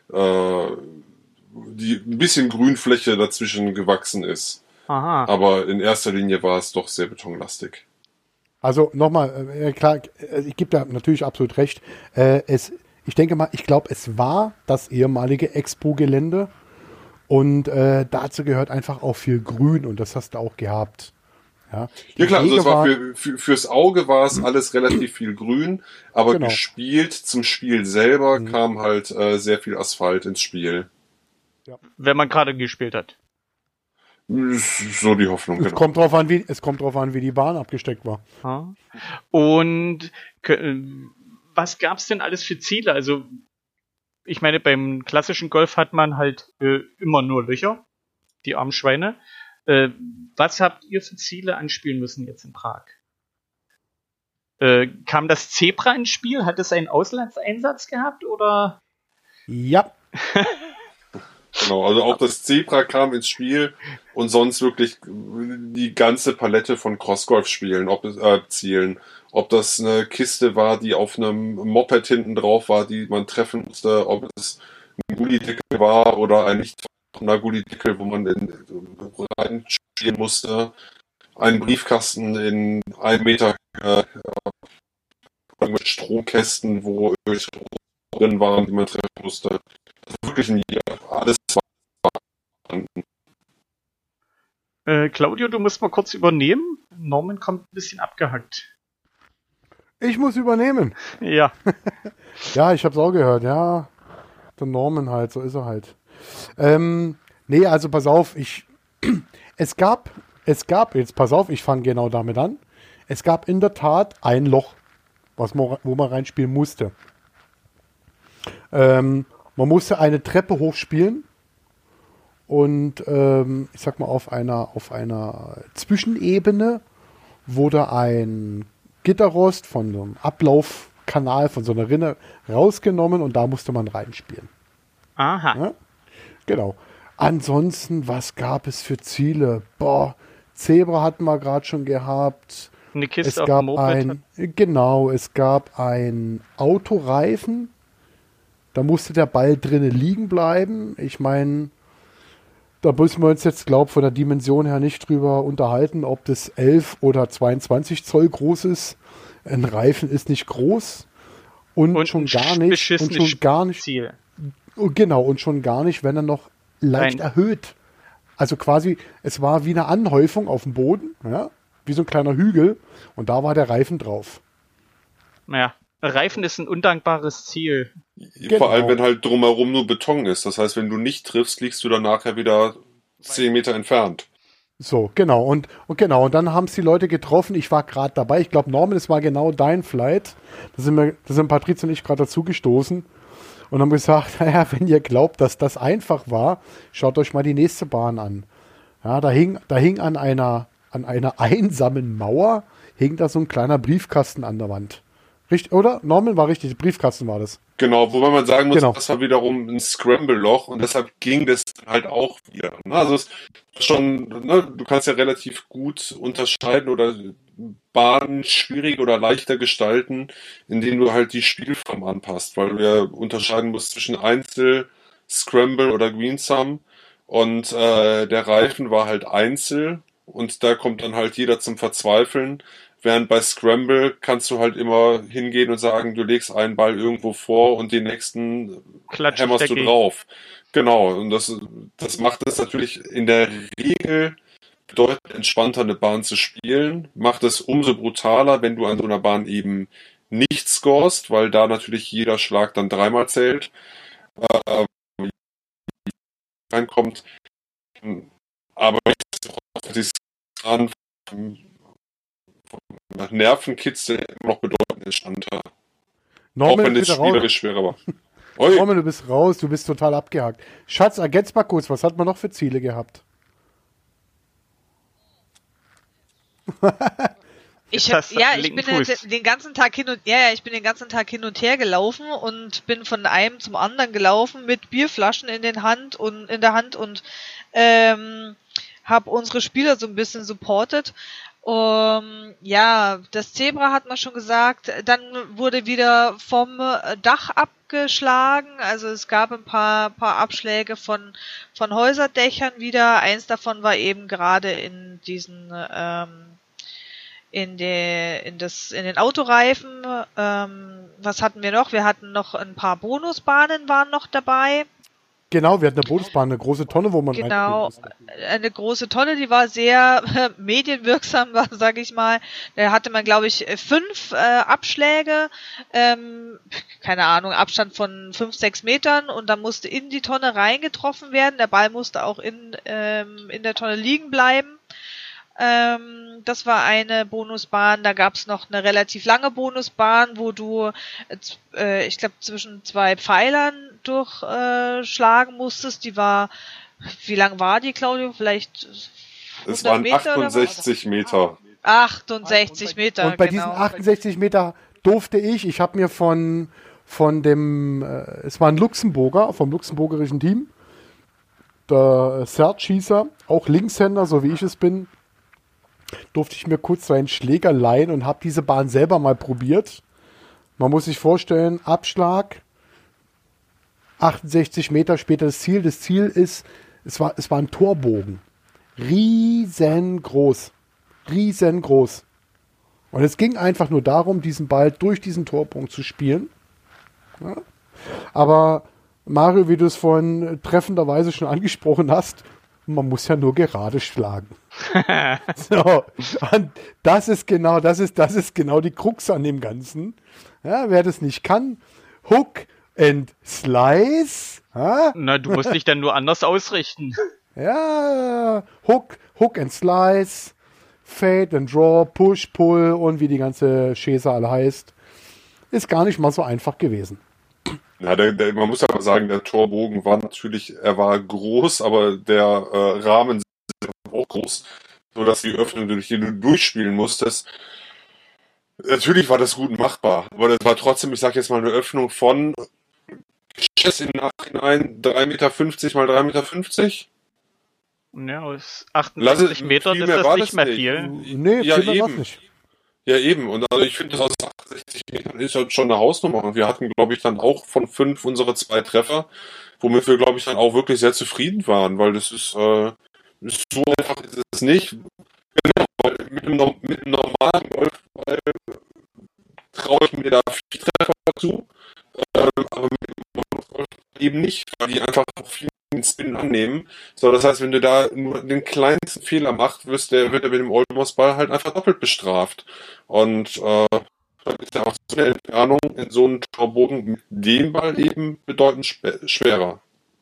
die ein bisschen Grünfläche dazwischen gewachsen ist. Aha. Aber in erster Linie war es doch sehr betonlastig. Also nochmal, klar, ich gebe da natürlich absolut recht. Ich denke mal, ich glaube, es war das ehemalige Expo-Gelände und dazu gehört einfach auch viel Grün und das hast du auch gehabt. Ja, Ja klar, also Wege es war waren- fürs Auge war es alles relativ viel grün, aber Genau. gespielt zum Spiel selber kam halt sehr viel Asphalt ins Spiel. Wenn man gerade gespielt hat. So die Hoffnung, Es genau. kommt drauf an, wie die Bahn abgesteckt war. Ja. Und was gab's denn alles für Ziele? Also, ich meine, beim klassischen Golf hat man halt immer nur Löcher, die armen Schweine. Was habt ihr für Ziele anspielen müssen jetzt in Prag? Kam das Zebra ins Spiel? Hat es einen Auslandseinsatz gehabt oder? Ja, Genau, also auch das Zebra kam ins Spiel und sonst wirklich die ganze Palette von Crossgolf-Spielen, Zielen. Ob das eine Kiste war, die auf einem Moped hinten drauf war, die man treffen musste, ob es ein Gullideckel war oder ein nicht vorhandener Gullideckel, wo man reinspielen musste. Ein Briefkasten in 1 Meter mit Stromkästen, wo irgendwelche drin waren, die man treffen musste. Wirklich alles war vorhanden. Claudio, du musst mal kurz übernehmen. Norman kommt ein bisschen abgehackt. ich muss übernehmen. Ja. Ja, ich hab's auch gehört, ja. Der Norman halt, so ist er halt. Nee, also pass auf, es gab, jetzt pass auf, ich fange genau damit an. Es gab in der Tat ein Loch, wo man reinspielen musste. Man musste eine Treppe hochspielen und ich sag mal auf einer Zwischenebene wurde ein Gitterrost von so einem Ablaufkanal, von so einer Rinne rausgenommen und da musste man reinspielen. Aha. Ja? Genau. Ansonsten, was gab es für Ziele? Boah, Zebra hatten wir gerade schon gehabt. Eine Kiste Es auf gab dem Moped. es gab ein Autoreifen. Da musste der Ball drinnen liegen bleiben. Ich meine, da müssen wir uns jetzt, glaube ich, von der Dimension her nicht drüber unterhalten, ob das 11 oder 22 Zoll groß ist. Ein Reifen ist nicht groß und schon ein gar nicht, beschissenes Ziel. genau, und schon gar nicht, wenn er noch leicht Nein. erhöht. Also quasi, es war wie eine Anhäufung auf dem Boden, ja, wie so ein kleiner Hügel und da war der Reifen drauf. Naja, Reifen ist ein undankbares Ziel. Genau. Vor allem, wenn halt drumherum nur Beton ist. Das heißt, wenn du nicht triffst, liegst du dann nachher wieder 10 Meter entfernt. So, genau. Und dann haben es die Leute getroffen. Ich war gerade dabei. Ich glaube, Norman, es war genau dein Flight. Da sind Patricia und ich gerade dazu gestoßen und haben gesagt, naja, wenn ihr glaubt, dass das einfach war, schaut euch mal die nächste Bahn an. Ja, da hing an einer an einer einsamen Mauer hing da so ein kleiner Briefkasten an der Wand. Richtig, oder? Norman war richtig, Briefkasten war das. Genau, wobei man sagen muss, Genau. das war wiederum ein Scramble-Loch und deshalb ging das halt auch wieder. Ne? Also es ist schon, ne, du kannst ja relativ gut unterscheiden oder Bahnen schwieriger oder leichter gestalten, indem du halt die Spielform anpasst, weil du ja unterscheiden musst zwischen Einzel, Scramble oder Greensum und der Reifen war halt Einzel und da kommt dann halt jeder zum Verzweifeln. Während bei Scramble kannst du halt immer hingehen und sagen, du legst einen Ball irgendwo vor und den nächsten hämmerst du drauf. Genau, und das macht es natürlich in der Regel bedeutend entspannter, eine Bahn zu spielen. Macht es umso brutaler, wenn du an so einer Bahn eben nicht scorest, weil da natürlich jeder Schlag dann dreimal zählt. Reinkommt. Aber dieses Nervenkitzel immer noch bedeutend entspannter. Norman, auch wenn es spielerisch schwerer war. Norman, du bist raus, du bist total abgehakt. Schatz, ergänz mal kurz, was hat man noch für Ziele gehabt? Ich bin den ganzen Tag hin und her gelaufen und bin von einem zum anderen gelaufen mit Bierflaschen in der Hand und habe unsere Spieler so ein bisschen supportet. Das Zebra hat man schon gesagt, dann wurde wieder vom Dach abgeschlagen, also es gab ein paar Abschläge von Häuserdächern wieder, eins davon war eben gerade in diesen in den Autoreifen. Was hatten wir noch? Wir hatten noch ein paar Bonusbahnen waren noch dabei. Genau, wir hatten eine Bonusbahn, eine große Tonne, wo man Genau, eine große Tonne, die war sehr medienwirksam, sage ich mal. Da hatte man, glaube ich, 5 Abschläge, keine Ahnung, Abstand von 5-6 Metern und da musste in die Tonne reingetroffen werden. Der Ball musste auch in der Tonne liegen bleiben. Das war eine Bonusbahn. Da gab es noch eine relativ lange Bonusbahn, wo du, ich glaube, zwischen 2 Pfeilern durchschlagen musstest. Die war, wie lang war die, Claudio? Vielleicht es waren Meter 68 Meter. 68 Meter, und bei diesen 68 Meter durfte ich habe mir von dem, es war ein Luxemburger, vom luxemburgerischen Team, der Serge hieß er, auch Linkshänder, so wie ich es bin, durfte ich mir kurz seinen Schläger leihen und habe diese Bahn selber mal probiert. Man muss sich vorstellen, Abschlag, 68 Meter später das Ziel. Das Ziel ist, es war ein Torbogen. Riesengroß. Riesengroß. Und es ging einfach nur darum, diesen Ball durch diesen Torbogen zu spielen. Ja. Aber Mario, wie du es vorhin treffenderweise schon angesprochen hast, man muss ja nur gerade schlagen. So, und das ist genau die Krux an dem Ganzen. Ja, wer das nicht kann, Hook and Slice. Ja? Na, du musst dich dann nur anders ausrichten. Ja, Hook and Slice, Fade and Draw, Push, Pull und wie die ganze Schäse alle heißt, ist gar nicht mal so einfach gewesen. Ja, man muss aber sagen, der Torbogen war natürlich, er war groß, aber der Rahmen war auch groß, sodass die Öffnung, durch die du durchspielen musstest, natürlich war das gut machbar, aber das war trotzdem, ich sag jetzt mal, eine Öffnung von im Nachhinein 3,50 Meter mal 3,50 Meter. Ja, aus 68 Metern ist das nicht mehr viel. Nee, ja, viel eben. Nicht. Ja, eben. Und also ich finde, das aus 68 Metern ist halt schon eine Hausnummer. Und wir hatten, glaube ich, dann auch von 5 unsere 2 Treffer, womit wir, glaube ich, dann auch wirklich sehr zufrieden waren, weil das ist so einfach ist es nicht. Genau, weil mit einem normalen Golfball traue ich mir da 4 Treffer zu, aber mit dem Golfball eben nicht, weil die einfach viel den Spin annehmen. So, das heißt, wenn du da nur den kleinsten Fehler machst, wird er mit dem Oldmost-Ball halt einfach doppelt bestraft. Und dann ist ja auch so eine Entfernung in so einem Torbogen mit dem Ball eben bedeutend schwerer.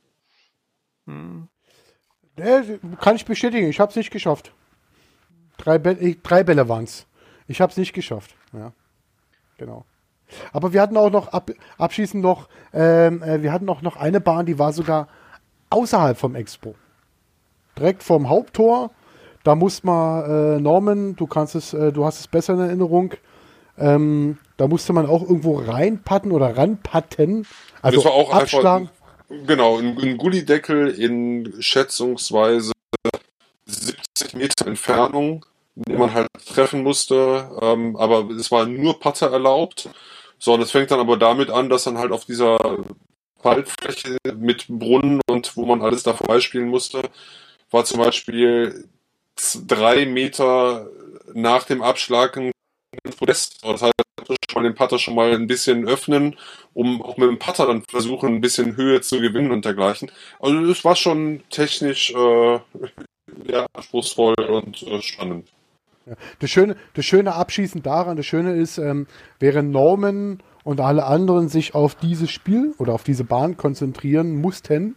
Kann ich bestätigen, ich habe es nicht geschafft. 3 Bälle waren es. Ich habe es nicht geschafft. Ja, genau. Aber wir hatten auch noch abschließend noch, wir hatten auch noch eine Bahn, die war sogar außerhalb vom Expo. Direkt vorm Haupttor. da muss man, Norman, du hast es besser in Erinnerung, da musste man auch irgendwo reinpatten oder ranpatten, also das war auch abschlagen. einfach, genau, ein Gullideckel in schätzungsweise 70 Meter Entfernung, den man halt treffen musste, aber es war nur Patte erlaubt. So, und es fängt dann aber damit an, dass dann halt auf dieser Waldfläche mit Brunnen und wo man alles da vorbeispielen musste, war zum Beispiel 3 Meter nach dem Abschlag ein Podest. Das heißt, schon mal den Putter schon mal ein bisschen öffnen, um auch mit dem Putter dann versuchen, ein bisschen Höhe zu gewinnen und dergleichen. Also das war schon technisch ja, anspruchsvoll und spannend. Ja. Das Schöne abschließend daran, das Schöne ist, während Norman und alle anderen sich auf dieses Spiel oder auf diese Bahn konzentrieren mussten,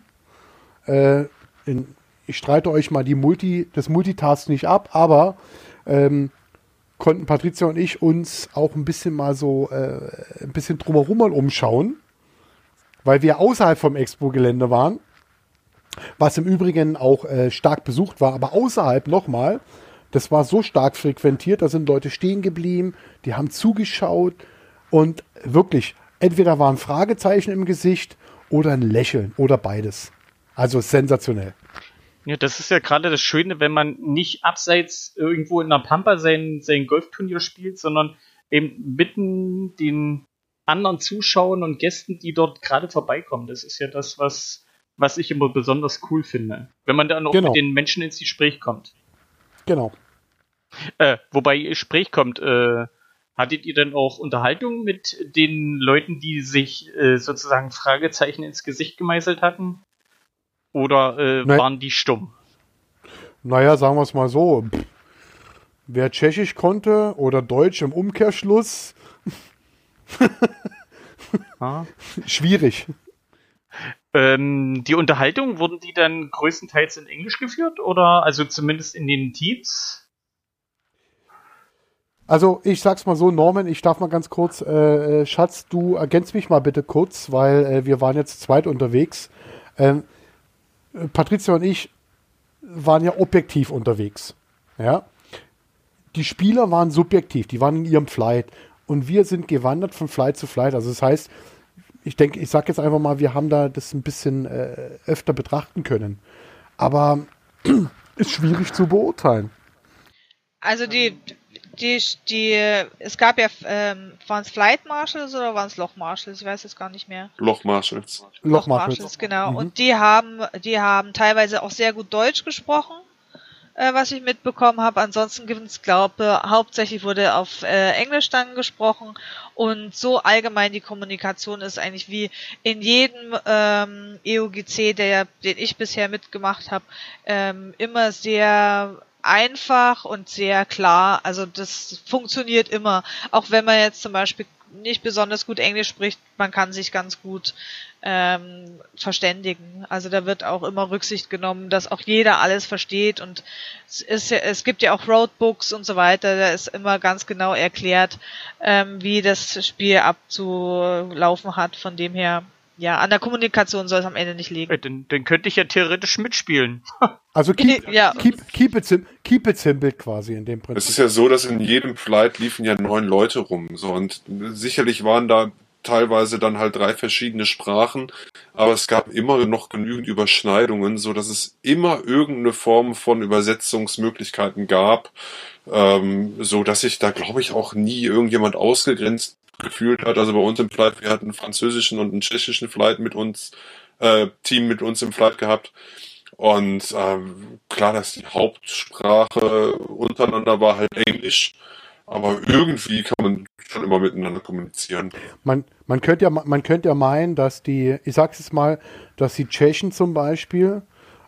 ich streite euch mal das Multitask nicht ab, aber konnten Patricia und ich uns auch ein bisschen mal so ein bisschen drumherum mal umschauen, weil wir außerhalb vom Expo-Gelände waren, was im Übrigen auch stark besucht war, aber außerhalb nochmal, das war so stark frequentiert, da sind Leute stehen geblieben, die haben zugeschaut und wirklich, entweder war ein Fragezeichen im Gesicht oder ein Lächeln oder beides. Also sensationell. Ja, das ist ja gerade das Schöne, wenn man nicht abseits irgendwo in der Pampa sein Golfturnier spielt, sondern eben mitten den anderen Zuschauern und Gästen, die dort gerade vorbeikommen. Das ist ja das, was ich immer besonders cool finde. Wenn man dann auch mit den Menschen ins Gespräch kommt. Genau. Wobei Gespräch kommt, hattet ihr denn auch Unterhaltung mit den Leuten, die sich sozusagen Fragezeichen ins Gesicht gemeißelt hatten? Oder waren die stumm? Naja, sagen wir es mal so. Wer Tschechisch konnte oder Deutsch im Umkehrschluss, schwierig. Die Unterhaltung, wurden die dann größtenteils in Englisch geführt? Oder also zumindest in den Teams? Also ich sag's mal so, Norman, ich darf mal ganz kurz, Schatz, du ergänzt mich mal bitte kurz, weil wir waren jetzt zu zweit unterwegs. Patricia und ich waren ja objektiv unterwegs. Ja? Die Spieler waren subjektiv, die waren in ihrem Flight. Und wir sind gewandert von Flight zu Flight. Also das heißt, ich denke, ich sag jetzt einfach mal, wir haben da das ein bisschen öfter betrachten können. Aber ist schwierig zu beurteilen. Also es gab ja, waren es Flight Marshals oder waren es Loch Marshals? Ich weiß es gar nicht mehr. Loch Marshals. Loch Marshals, genau. Mhm. Und die haben teilweise auch sehr gut Deutsch gesprochen, was ich mitbekommen habe. Ansonsten hauptsächlich wurde auf Englisch dann gesprochen. Und so allgemein die Kommunikation ist eigentlich wie in jedem EUGC, den ich bisher mitgemacht habe, immer sehr einfach und sehr klar, also das funktioniert immer, auch wenn man jetzt zum Beispiel nicht besonders gut Englisch spricht, man kann sich ganz gut verständigen, also da wird auch immer Rücksicht genommen, dass auch jeder alles versteht und es gibt ja auch Roadbooks und so weiter, da ist immer ganz genau erklärt, wie das Spiel abzulaufen hat, von dem her, ja, an der Kommunikation soll es am Ende nicht liegen. Dann könnte ich ja theoretisch mitspielen. Also keep it simple quasi in dem Prinzip. Es ist ja so, dass in jedem Flight liefen ja 9 Leute rum. So, und sicherlich waren da teilweise dann halt 3 verschiedene Sprachen, aber es gab immer noch genügend Überschneidungen, so dass es immer irgendeine Form von Übersetzungsmöglichkeiten gab, so dass sich da, glaube ich, auch nie irgendjemand ausgegrenzt gefühlt hat. Also bei uns im Flight, wir hatten einen französischen und einen tschechischen Flight Team mit uns im Flight gehabt. Und klar, dass die Hauptsprache untereinander war halt Englisch, aber irgendwie kann man schon immer miteinander kommunizieren. Man könnte ja meinen, dass ich sag's jetzt mal, dass die Tschechen zum Beispiel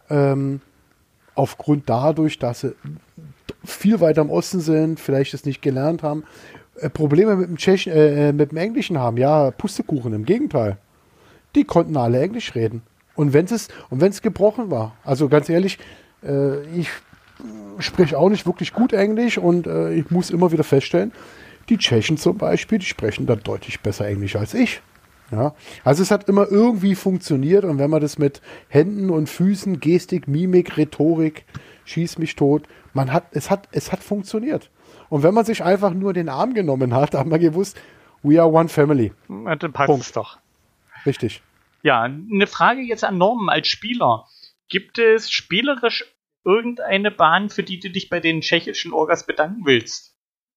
aufgrund dadurch, dass sie viel weiter im Osten sind, vielleicht es nicht gelernt haben, Probleme mit dem Englischen haben. Ja, Pustekuchen, im Gegenteil. Die konnten alle Englisch reden. Und wenn es gebrochen war. Also ganz ehrlich, ich spreche auch nicht wirklich gut Englisch und ich muss immer wieder feststellen, die Tschechen zum Beispiel, die sprechen da deutlich besser Englisch als ich. Ja? Also es hat immer irgendwie funktioniert und wenn man das mit Händen und Füßen, Gestik, Mimik, Rhetorik schieß mich tot. Es hat funktioniert. Und wenn man sich einfach nur den Arm genommen hat, hat man gewusst, we are one family. Dann passt Punkt. es doch. Richtig. Ja, eine Frage jetzt an Norman als Spieler. Gibt es spielerisch irgendeine Bahn, für die du dich bei den tschechischen Orgas bedanken willst?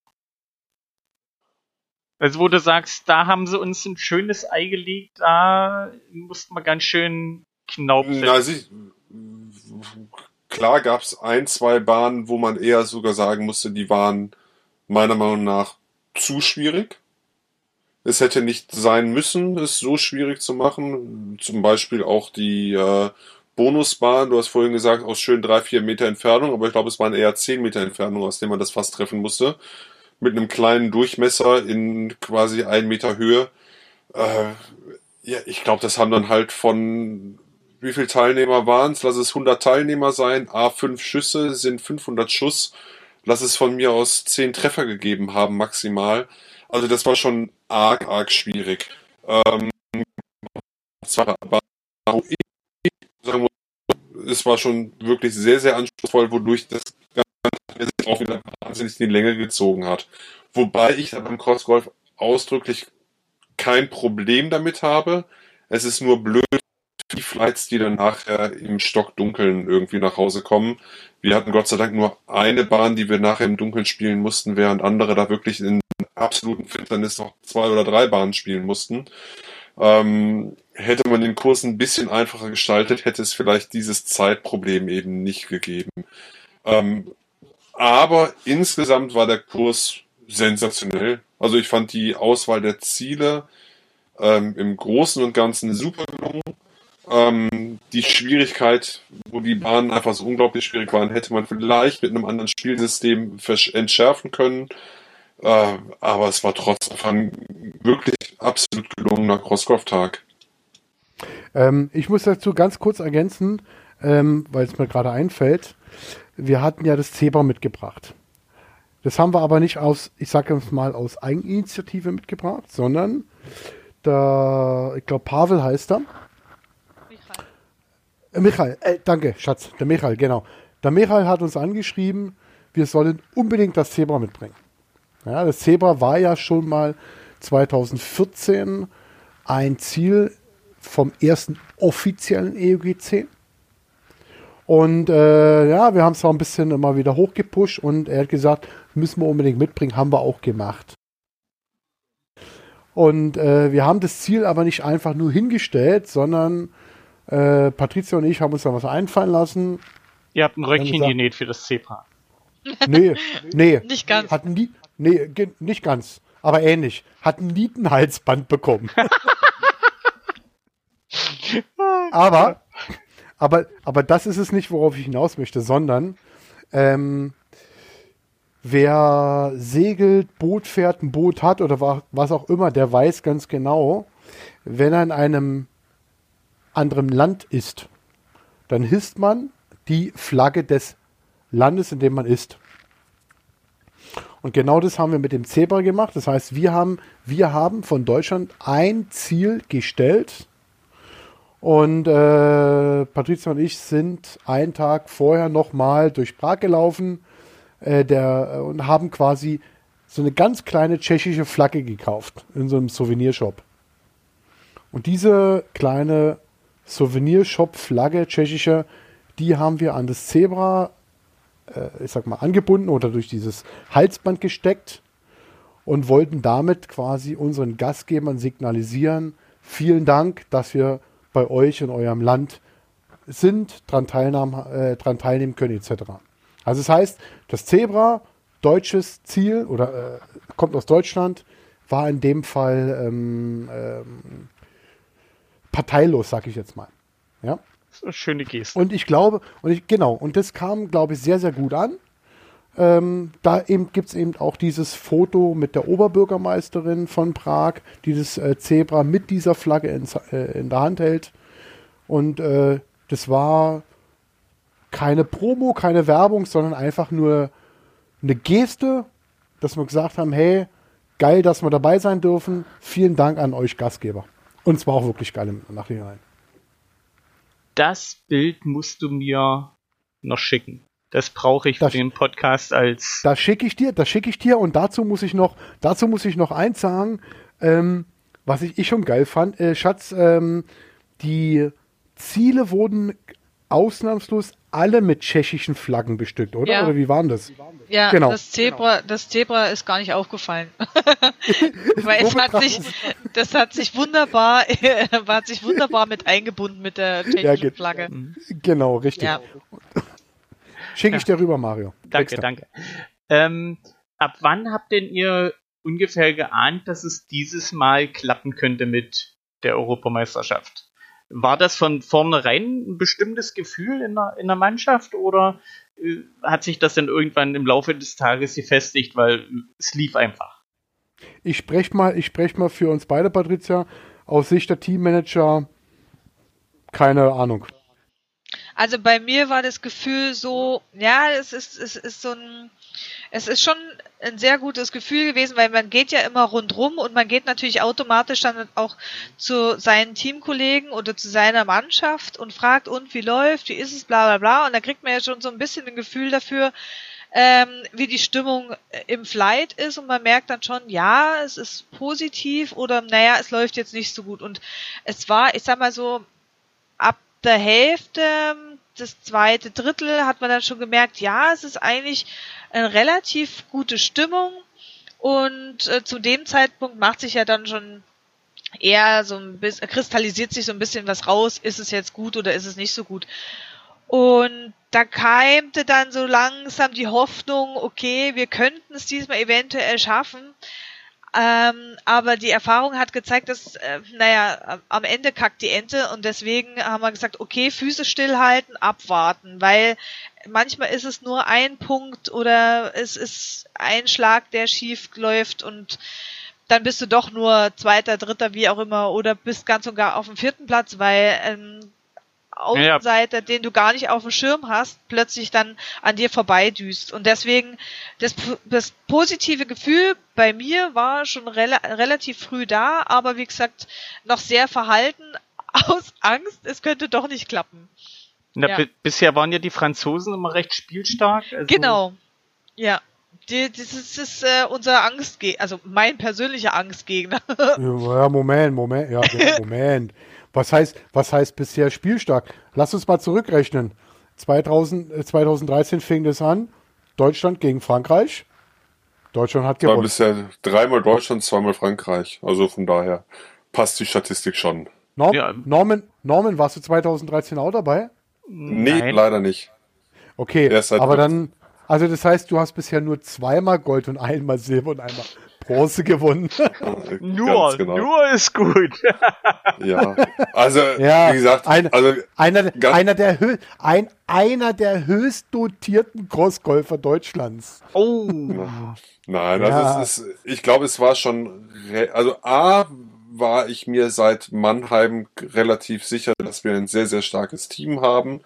Also wo du sagst, da haben sie uns ein schönes Ei gelegt, da mussten wir ganz schön knaupen. Klar gab es 1, 2 Bahnen, wo man eher sogar sagen musste, die waren meiner Meinung nach zu schwierig. Es hätte nicht sein müssen, es so schwierig zu machen. Zum Beispiel auch die Bonusbahn, du hast vorhin gesagt, aus schön 3-4 Meter Entfernung, aber ich glaube, es waren eher 10 Meter Entfernung, aus dem man das fast treffen musste. Mit einem kleinen Durchmesser in quasi 1 Meter Höhe. Ja, ich glaube, das haben dann halt von, wie viele Teilnehmer waren es? Lass es 100 Teilnehmer sein, A5 Schüsse sind 500 Schuss. Lass es von mir aus 10 Treffer gegeben haben, maximal. Also das war schon arg schwierig. Es war schon wirklich sehr, sehr anspruchsvoll, wodurch das Ganze auch wieder wahnsinnig in die Länge gezogen hat. Wobei ich beim Crossgolf ausdrücklich kein Problem damit habe. Es ist nur blöd, die Flights, die dann nachher im Stockdunkeln irgendwie nach Hause kommen. Wir hatten Gott sei Dank nur eine Bahn, die wir nachher im Dunkeln spielen mussten, während andere da wirklich in absoluten Finsternis noch 2 oder 3 Bahnen spielen mussten. Hätte man den Kurs ein bisschen einfacher gestaltet, hätte es vielleicht dieses Zeitproblem eben nicht gegeben. Aber insgesamt war der Kurs sensationell. Also ich fand die Auswahl der Ziele im Großen und Ganzen super gelungen. Die Schwierigkeit, wo die Bahnen einfach so unglaublich schwierig waren, hätte man vielleicht mit einem anderen Spielsystem entschärfen können. Aber es war trotzdem ein wirklich absolut gelungener Crossgolf-Tag. Ich muss dazu ganz kurz ergänzen, weil es mir gerade einfällt. Wir hatten ja das Zebra mitgebracht. Das haben wir aber nicht aus, ich sage es mal, aus Eigeninitiative mitgebracht, sondern ich glaube, Pavel heißt er. Michael, danke, Schatz, der Michael, genau. Der Michael hat uns angeschrieben, wir sollen unbedingt das Zebra mitbringen. Ja, das Zebra war ja schon mal 2014 ein Ziel vom ersten offiziellen EUGC. Und ja, wir haben es auch ein bisschen immer wieder hochgepusht und er hat gesagt, müssen wir unbedingt mitbringen, haben wir auch gemacht. Und wir haben das Ziel aber nicht einfach nur hingestellt, sondern Patricia und ich haben uns da was einfallen lassen. Ihr habt ein Röckchen genäht für das Zebra. Nee. Nicht ganz. Nicht ganz, aber ähnlich. Hat ein Nietenhalsband bekommen. aber das ist es nicht, worauf ich hinaus möchte, sondern wer segelt, Boot fährt, ein Boot hat oder was auch immer, der weiß ganz genau, wenn er in einem anderen Land ist, dann hisst man die Flagge des Landes, in dem man ist. Und genau das haben wir mit dem Zebra gemacht. Das heißt, wir haben von Deutschland ein Ziel gestellt und Patricia und ich sind einen Tag vorher nochmal durch Prag gelaufen und haben quasi so eine ganz kleine tschechische Flagge gekauft in so einem Souvenirshop. Und diese kleine Souvenirshop-Flagge tschechische, die haben wir an das Zebra ich sag mal, angebunden oder durch dieses Halsband gesteckt und wollten damit quasi unseren Gastgebern signalisieren, vielen Dank, dass wir bei euch in eurem Land sind, dran teilnehmen können, etc. Also das heißt, das Zebra, deutsches Ziel oder kommt aus Deutschland, war in dem Fall parteilos, sag ich jetzt mal. Ja. Eine schöne Geste. Und ich glaube, und das kam, glaube ich, sehr, sehr gut an. Da gibt es eben auch dieses Foto mit der Oberbürgermeisterin von Prag, die das Zebra mit dieser Flagge in der Hand hält. Und das war keine Promo, keine Werbung, sondern einfach nur eine Geste, dass wir gesagt haben, hey, geil, dass wir dabei sein dürfen. Vielen Dank an euch Gastgeber. Und es war auch wirklich geil im Nachhinein. Das Bild musst du mir noch schicken. Das brauche ich für den Podcast als... Das schicke ich dir und dazu muss ich noch eins sagen, was ich schon geil fand. Schatz, die Ziele wurden ausnahmslos alle mit tschechischen Flaggen bestückt, oder? Ja. Oder wie waren das? Ja, Genau. das Zebra ist gar nicht aufgefallen. Weil das hat sich wunderbar mit eingebunden mit der tschechischen Flagge. Genau, richtig. Ja. Schicke ich dir rüber, Mario. Danke. Ab wann habt denn ihr ungefähr geahnt, dass es dieses Mal klappen könnte mit der Europameisterschaft? War das von vornherein ein bestimmtes Gefühl in der Mannschaft oder hat sich das dann irgendwann im Laufe des Tages gefestigt, weil es lief einfach? Ich sprech mal für uns beide, Patricia, aus Sicht der Teammanager, keine Ahnung. Also bei mir war das Gefühl so, ja, es ist schon ein sehr gutes Gefühl gewesen, weil man geht ja immer rundrum und man geht natürlich automatisch dann auch zu seinen Teamkollegen oder zu seiner Mannschaft und fragt, und wie läuft, wie ist es, bla bla bla, und da kriegt man ja schon so ein bisschen ein Gefühl dafür, wie die Stimmung im Flight ist, und man merkt dann schon, ja, es ist positiv oder naja, es läuft jetzt nicht so gut, und es war, ich sag mal so, ab der Hälfte, das zweite Drittel hat man dann schon gemerkt, ja, es ist eigentlich eine relativ gute Stimmung, und zu dem Zeitpunkt macht sich ja dann schon eher so ein bisschen, kristallisiert sich so ein bisschen was raus, ist es jetzt gut oder ist es nicht so gut. Und da keimte dann so langsam die Hoffnung, okay, wir könnten es diesmal eventuell schaffen. Aber die Erfahrung hat gezeigt, dass, am Ende kackt die Ente, und deswegen haben wir gesagt, okay, Füße stillhalten, abwarten, weil manchmal ist es nur ein Punkt oder es ist ein Schlag, der schief läuft, und dann bist du doch nur Zweiter, Dritter, wie auch immer, oder bist ganz und gar auf dem 4. Platz, weil Außenseiter, den du gar nicht auf dem Schirm hast, plötzlich dann an dir vorbeidüst. Und deswegen, das positive Gefühl bei mir war schon relativ früh da, aber wie gesagt, noch sehr verhalten, aus Angst, es könnte doch nicht klappen. Bisher waren ja die Franzosen immer recht spielstark. Also genau, ja. Das ist unser Angstgegner, also mein persönlicher Angstgegner. Ja, Moment. Was heißt bisher spielstark? Lass uns mal zurückrechnen. 2013 fing das an. Deutschland gegen Frankreich. Deutschland hat gewonnen. War bisher 3-mal Deutschland, 2-mal Frankreich. Also von daher passt die Statistik schon. Norman, warst du 2013 auch dabei? Nee, Nein. leider nicht. Okay, aber dann, also das heißt, du hast bisher nur 2-mal Gold und 1-mal Silber und 1-mal Bronze gewonnen. Nur ist gut. Ja, also Ja, wie gesagt, einer der höchst dotierten Crossgolfer Deutschlands. Oh. Nein, Ja. also ich glaube, es war schon, also war ich mir seit Mannheim relativ sicher, dass wir ein sehr, sehr starkes Team haben,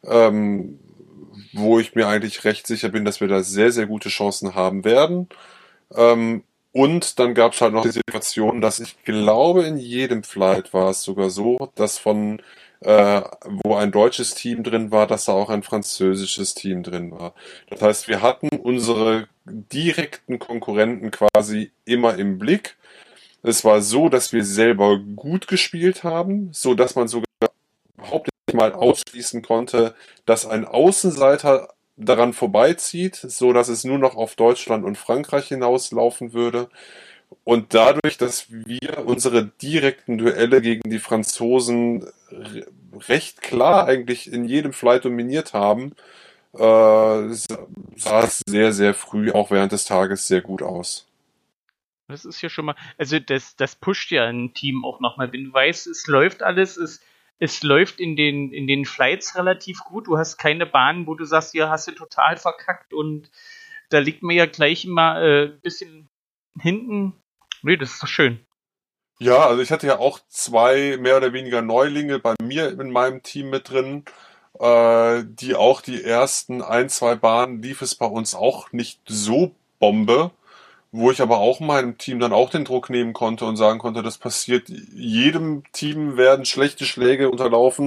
wo ich mir eigentlich recht sicher bin, dass wir da sehr, sehr gute Chancen haben werden. Und dann gab es halt noch die Situation, dass ich glaube, in jedem Flight war es sogar so, dass wo ein deutsches Team drin war, dass da auch ein französisches Team drin war. Das heißt, wir hatten unsere direkten Konkurrenten quasi immer im Blick. Es war so, dass wir selber gut gespielt haben, so dass man sogar überhaupt nicht mal ausschließen konnte, dass ein Außenseiter daran vorbeizieht, so dass es nur noch auf Deutschland und Frankreich hinauslaufen würde. Und dadurch, dass wir unsere direkten Duelle gegen die Franzosen recht klar eigentlich in jedem Flight dominiert haben, sah es sehr, sehr früh, auch während des Tages, sehr gut aus. Das ist ja schon mal, also das pusht ja ein Team auch nochmal, wenn du weißt, es läuft alles, es läuft in den Flights relativ gut, du hast keine Bahnen, wo du sagst, ja, hast du total verkackt und da liegt mir ja gleich immer ein bisschen hinten. Nee, das ist doch schön. Ja, also ich hatte ja auch 2 mehr oder weniger Neulinge bei mir in meinem Team mit drin, die auch die ersten 1-2 Bahnen lief es bei uns auch nicht so Bombe, wo ich aber auch meinem Team dann auch den Druck nehmen konnte und sagen konnte, das passiert, jedem Team werden schlechte Schläge unterlaufen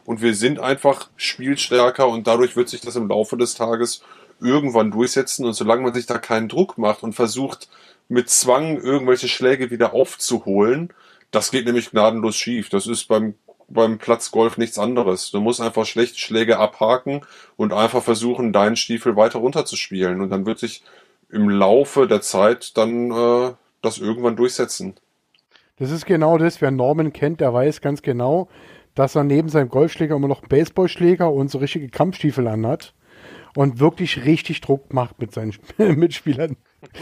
und wir sind einfach spielstärker und dadurch wird sich das im Laufe des Tages irgendwann durchsetzen und solange man sich da keinen Druck macht und versucht mit Zwang irgendwelche Schläge wieder aufzuholen, das geht nämlich gnadenlos schief. Das ist beim Platzgolf nichts anderes. Du musst einfach schlechte Schläge abhaken und einfach versuchen, deinen Stiefel weiter runterzuspielen. Und dann wird sich im Laufe der Zeit dann das irgendwann durchsetzen. Das ist genau das. Wer Norman kennt, der weiß ganz genau, dass er neben seinem Golfschläger immer noch einen Baseballschläger und so richtige Kampfstiefel anhat und wirklich richtig Druck macht mit seinen Mitspielern.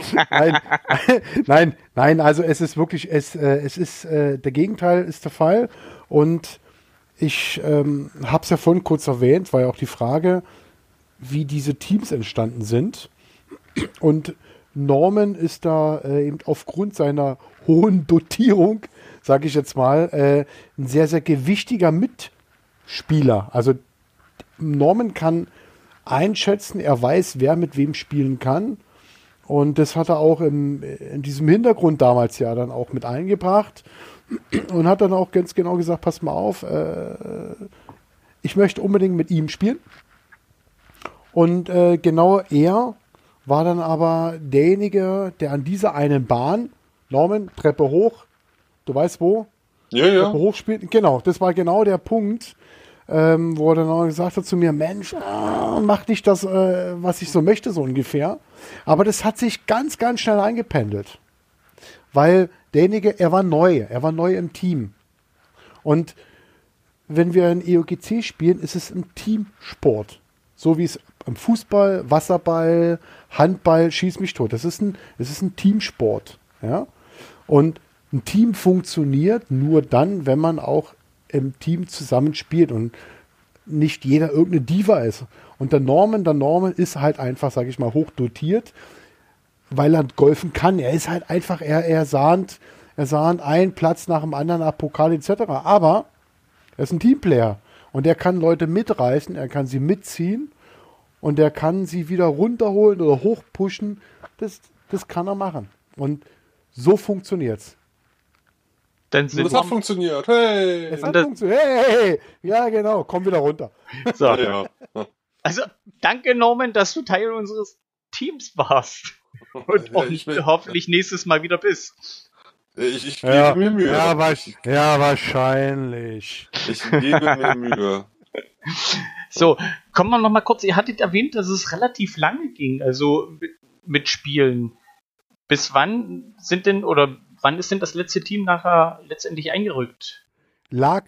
Nein, also es ist wirklich, der Gegenteil ist der Fall und ich habe es ja vorhin kurz erwähnt, war ja auch die Frage, wie diese Teams entstanden sind und Norman ist da eben aufgrund seiner hohen Dotierung, sage ich jetzt mal, ein sehr, sehr gewichtiger Mitspieler. Also Norman kann einschätzen, er weiß, wer mit wem spielen kann. Und das hat er auch in diesem Hintergrund damals ja dann auch mit eingebracht und hat dann auch ganz genau gesagt, pass mal auf, ich möchte unbedingt mit ihm spielen. Und genau er war dann aber derjenige, der an dieser einen Bahn, Norman, Treppe hoch, du weißt wo? Ja, ja. Treppe hoch spielt. Genau, das war genau der Punkt, wo er dann auch gesagt hat zu mir, Mensch, mach nicht das, was ich so möchte, so ungefähr. Aber das hat sich ganz, ganz schnell eingependelt. Weil derjenige, er war neu im Team. Und wenn wir ein EOGC spielen, ist es ein Teamsport. So wie es im Fußball, Wasserball, Handball, schieß mich tot. Es ist ein Teamsport. Ja? Und ein Team funktioniert nur dann, wenn man auch im Team zusammenspielt und nicht jeder irgendeine Diva ist. Und der Norman ist halt einfach, sage ich mal, hoch dotiert, weil er golfen kann. Er ist halt einfach, er sahnt einen Platz nach dem anderen ab Pokal etc. Aber er ist ein Teamplayer und er kann Leute mitreißen, er kann sie mitziehen und er kann sie wieder runterholen oder hochpushen. Das kann er machen. Und so funktioniert's. Dann Das hat funktioniert. Hey! Es hat funktioniert. Hey! Ja, genau. Komm wieder runter. So. Ja. Also, danke Norman, dass du Teil unseres Teams warst. Und auch hoffentlich nächstes Mal wieder bist. Ich gebe mir Mühe. Ja, wahrscheinlich. Ich gebe mir Mühe. So, kommen wir noch mal kurz. Ihr hattet erwähnt, dass es relativ lange ging, also mit Spielen. Bis wann wann ist denn das letzte Team nachher letztendlich eingerückt? Lag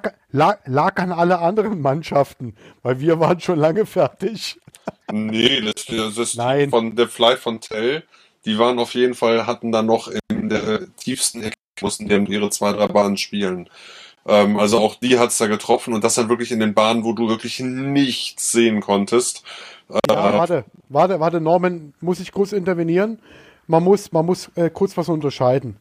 an alle anderen Mannschaften, weil wir waren schon lange fertig. Nee, das Nein. von der Fly von Tell, die waren auf jeden Fall, hatten dann noch in der tiefsten Ecke, mussten die ihre 2-3 Bahnen spielen. Also auch die hat's da getroffen und das dann wirklich in den Bahnen, wo du wirklich nichts sehen konntest. Ja, warte, Norman, muss ich kurz intervenieren? Man muss kurz was unterscheiden.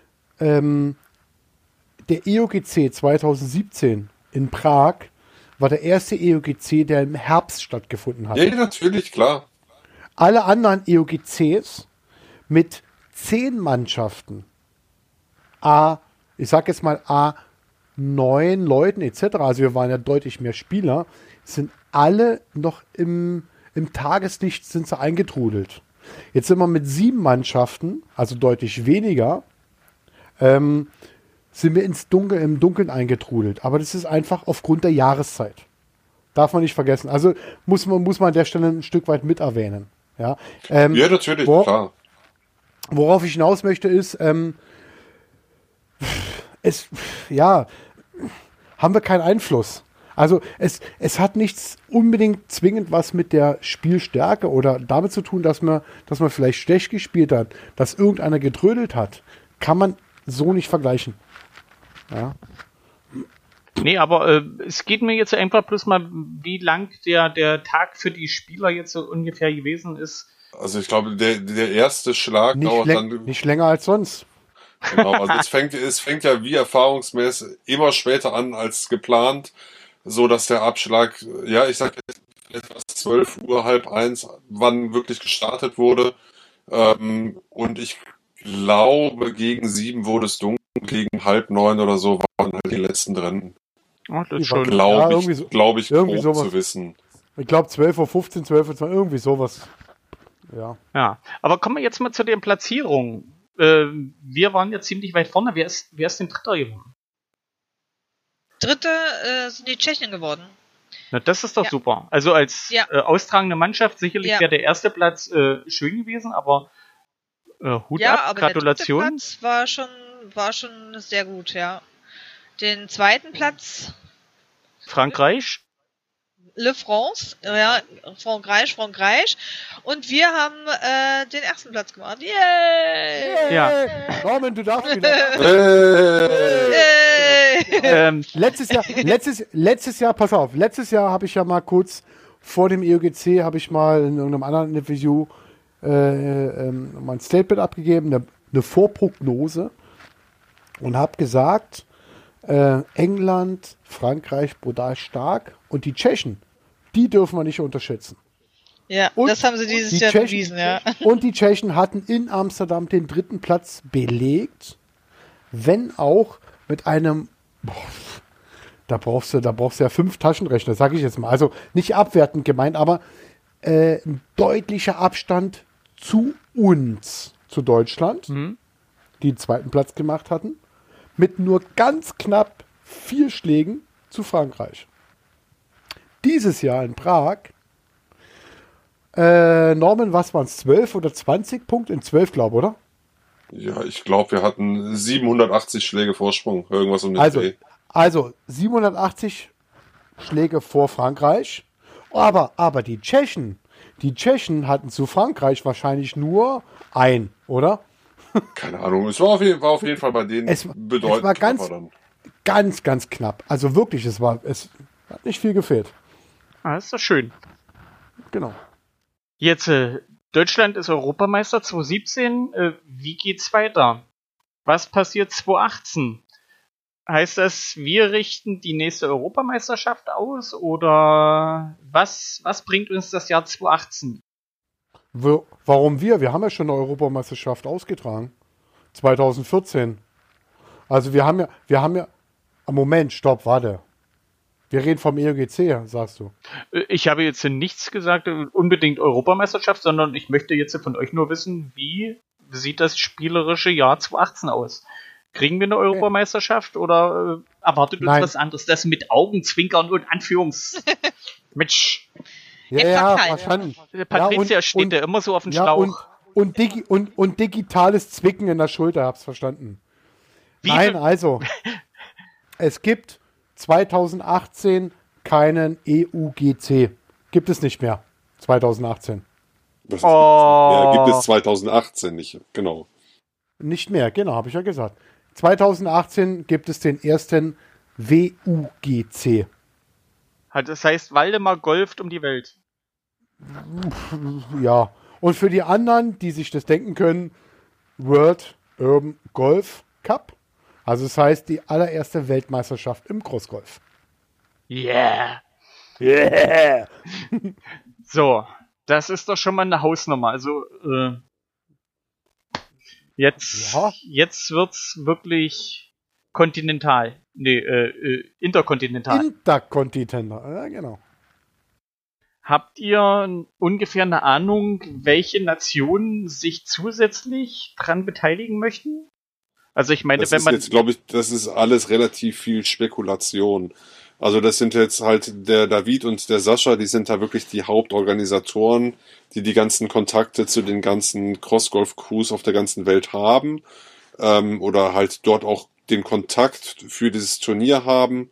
Der EOGC 2017 in Prag war der erste EOGC, der im Herbst stattgefunden hat. Ja, natürlich, klar. Alle anderen EOGCs mit 10 Mannschaften, ich sag jetzt mal A9 Leuten etc., also wir waren ja deutlich mehr Spieler, sind alle noch im Tageslicht sind sie eingetrudelt. Jetzt sind wir mit 7 Mannschaften, also deutlich weniger, sind wir im Dunkeln eingetrudelt. Aber das ist einfach aufgrund der Jahreszeit. Darf man nicht vergessen. Also muss man an der Stelle ein Stück weit mit erwähnen. Ja, Ja, natürlich, klar. Worauf ich hinaus möchte ist, haben wir keinen Einfluss. Also es hat nichts unbedingt zwingend was mit der Spielstärke oder damit zu tun, dass man vielleicht schlecht gespielt hat, dass irgendeiner getrödelt hat. Kann man so nicht vergleichen. Ja. Nee, aber es geht mir jetzt einfach bloß mal, wie lang der Tag für die Spieler jetzt so ungefähr gewesen ist. Also ich glaube, der erste Schlag dauert dann nicht länger als sonst. Genau, also es fängt ja wie erfahrungsmäßig immer später an als geplant, so dass der Abschlag, ja, ich sag jetzt etwas 12 Uhr, halb 1, wann wirklich gestartet wurde. Und ich glaube, gegen 7 wurde es dunkel, gegen halb 9 oder so waren halt die letzten drin. Oh, das Die ist schon. Glaube irgendwie ich, so- glaube ich, irgendwie grob sowas. zu wissen. Ich glaube 12:15 Uhr, 12:20 Uhr, irgendwie sowas. Ja. Ja. Aber kommen wir jetzt mal zu den Platzierungen. Wir waren ja ziemlich weit vorne. Wer ist denn Dritter geworden? Dritte sind die Tschechen geworden. Na, das ist doch Ja. super. Also als Ja. austragende Mannschaft sicherlich Ja. wäre der erste Platz schön gewesen, aber Hut Ja, ab, aber Gratulation. der dritte Platz war schon sehr gut, ja. Den zweiten Platz Frankreich. Le France, ja, Frankreich. Und wir haben den ersten Platz gemacht. Yay! Ja. Norman, du darfst wieder. Yay! Letztes Jahr, pass auf, letztes Jahr habe ich ja mal kurz vor dem EOGC, habe ich mal in irgendeinem anderen Interview mein Statement abgegeben, eine Vorprognose und habe gesagt, England, Frankreich brutal stark und die Tschechen, die dürfen wir nicht unterschätzen. Ja, Und das haben sie dieses die Jahr Tschechen- bewiesen, ja. Und die Tschechen hatten in Amsterdam den dritten Platz belegt, wenn auch mit einem, da brauchst du ja 5 Taschenrechner, sage ich jetzt mal. Also nicht abwertend gemeint, aber ein deutlicher Abstand zu uns, zu Deutschland, Mhm. die den zweiten Platz gemacht hatten, mit nur ganz knapp 4 Schlägen zu Frankreich. Dieses Jahr in Prag, Norman, was waren es, 12 oder 20 Punkte? In 12, glaube ich, oder? Ja, ich glaube, wir hatten 780 Schläge Vorsprung. Irgendwas um den Dreh. Also 780 Schläge vor Frankreich. Aber die Tschechen hatten zu Frankreich wahrscheinlich nur ein, oder? Keine Ahnung. Es war auf jeden Fall bei denen Es bedeutend war ganz- knapper dann. Ganz, ganz knapp. Also wirklich, es hat nicht viel gefehlt. Ah, ist doch schön. Genau. Jetzt, Deutschland ist Europameister 2017. Wie geht's weiter? Was passiert 2018? Heißt das, wir richten die nächste Europameisterschaft aus oder was bringt uns das Jahr 2018? Warum wir? Wir haben ja schon eine Europameisterschaft ausgetragen. 2014. Also wir haben ja. Moment, stopp, warte. Wir reden vom EOGC, sagst du. Ich habe jetzt nichts gesagt, unbedingt Europameisterschaft, sondern ich möchte jetzt von euch nur wissen, wie sieht das spielerische Jahr 2018 aus? Kriegen wir eine Europameisterschaft oder erwartet uns Nein. was anderes? Das mit Augenzwinkern und Anführungs... Mensch, Ja, Verteilt. verstanden. Patricia steht ja immer so auf dem Schlauch. Und digitales Zwicken in der Schulter, hab's verstanden. Wie Nein, viel- also, es gibt 2018 keinen EUGC. Gibt es nicht mehr. 2018. Das Oh. gibt es 2018 nicht. Genau. Nicht mehr, genau, habe ich ja gesagt. 2018 gibt es den ersten WUGC. Das heißt, Waldemar golft um die Welt. Ja. Und für die anderen, die sich das denken können, World Urban Golf Cup. Also das heißt die allererste Weltmeisterschaft im Crossgolf. Yeah. Yeah. So, das ist doch schon mal eine Hausnummer. Also, jetzt wird's wirklich kontinental. Nee, interkontinental. Interkontinental, ja genau. Habt ihr ungefähr eine Ahnung, welche Nationen sich zusätzlich dran beteiligen möchten? Also ich meine, Das wenn ist man... jetzt, glaube ich, das ist alles relativ viel Spekulation. Also das sind jetzt halt der David und der Sascha, die sind da wirklich die Hauptorganisatoren, die ganzen Kontakte zu den ganzen Crossgolf-Crews auf der ganzen Welt haben, oder halt dort auch den Kontakt für dieses Turnier haben.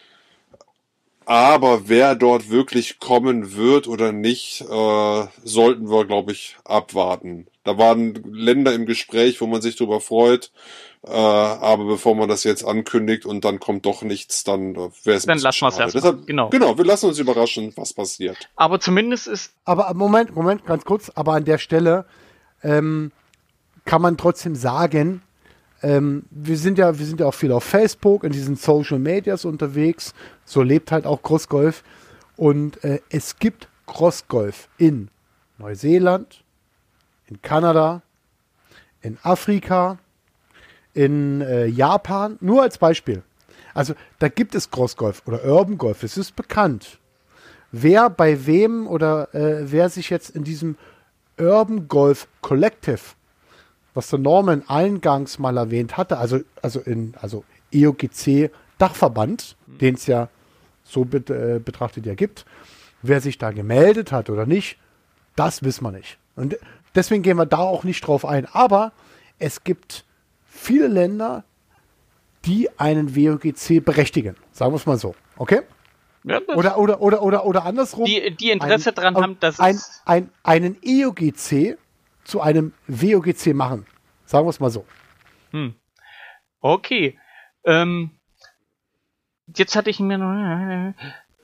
Aber wer dort wirklich kommen wird oder nicht, sollten wir, glaube ich, abwarten. Da waren Länder im Gespräch, wo man sich darüber freut. Aber bevor man das jetzt ankündigt und dann kommt doch nichts, dann wäre es Dann lassen wir es erstmal. Deshalb, genau, wir lassen uns überraschen, was passiert. Aber zumindest ist... Aber Moment, ganz kurz. Aber an der Stelle kann man trotzdem sagen, wir sind ja auch viel auf Facebook, in diesen Social Medias unterwegs. So lebt halt auch Crossgolf. Und es gibt Crossgolf in Neuseeland, in Kanada, in Afrika, in Japan, nur als Beispiel. Also da gibt es Crossgolf oder Urban Golf, es ist bekannt. Wer bei wem oder wer sich jetzt in diesem Urban Golf Collective, was der Norman eingangs mal erwähnt hatte, also EOGC Dachverband, den es ja so betrachtet ja gibt, wer sich da gemeldet hat oder nicht, das wissen wir nicht. Und deswegen gehen wir da auch nicht drauf ein. Aber es gibt viele Länder, die einen WOGC berechtigen. Sagen wir es mal so. Okay? Ja, Oder andersrum. Die Interesse daran haben, dass einen EOGC zu einem WOGC machen. Sagen wir es mal so. Okay. Jetzt hatte ich mir noch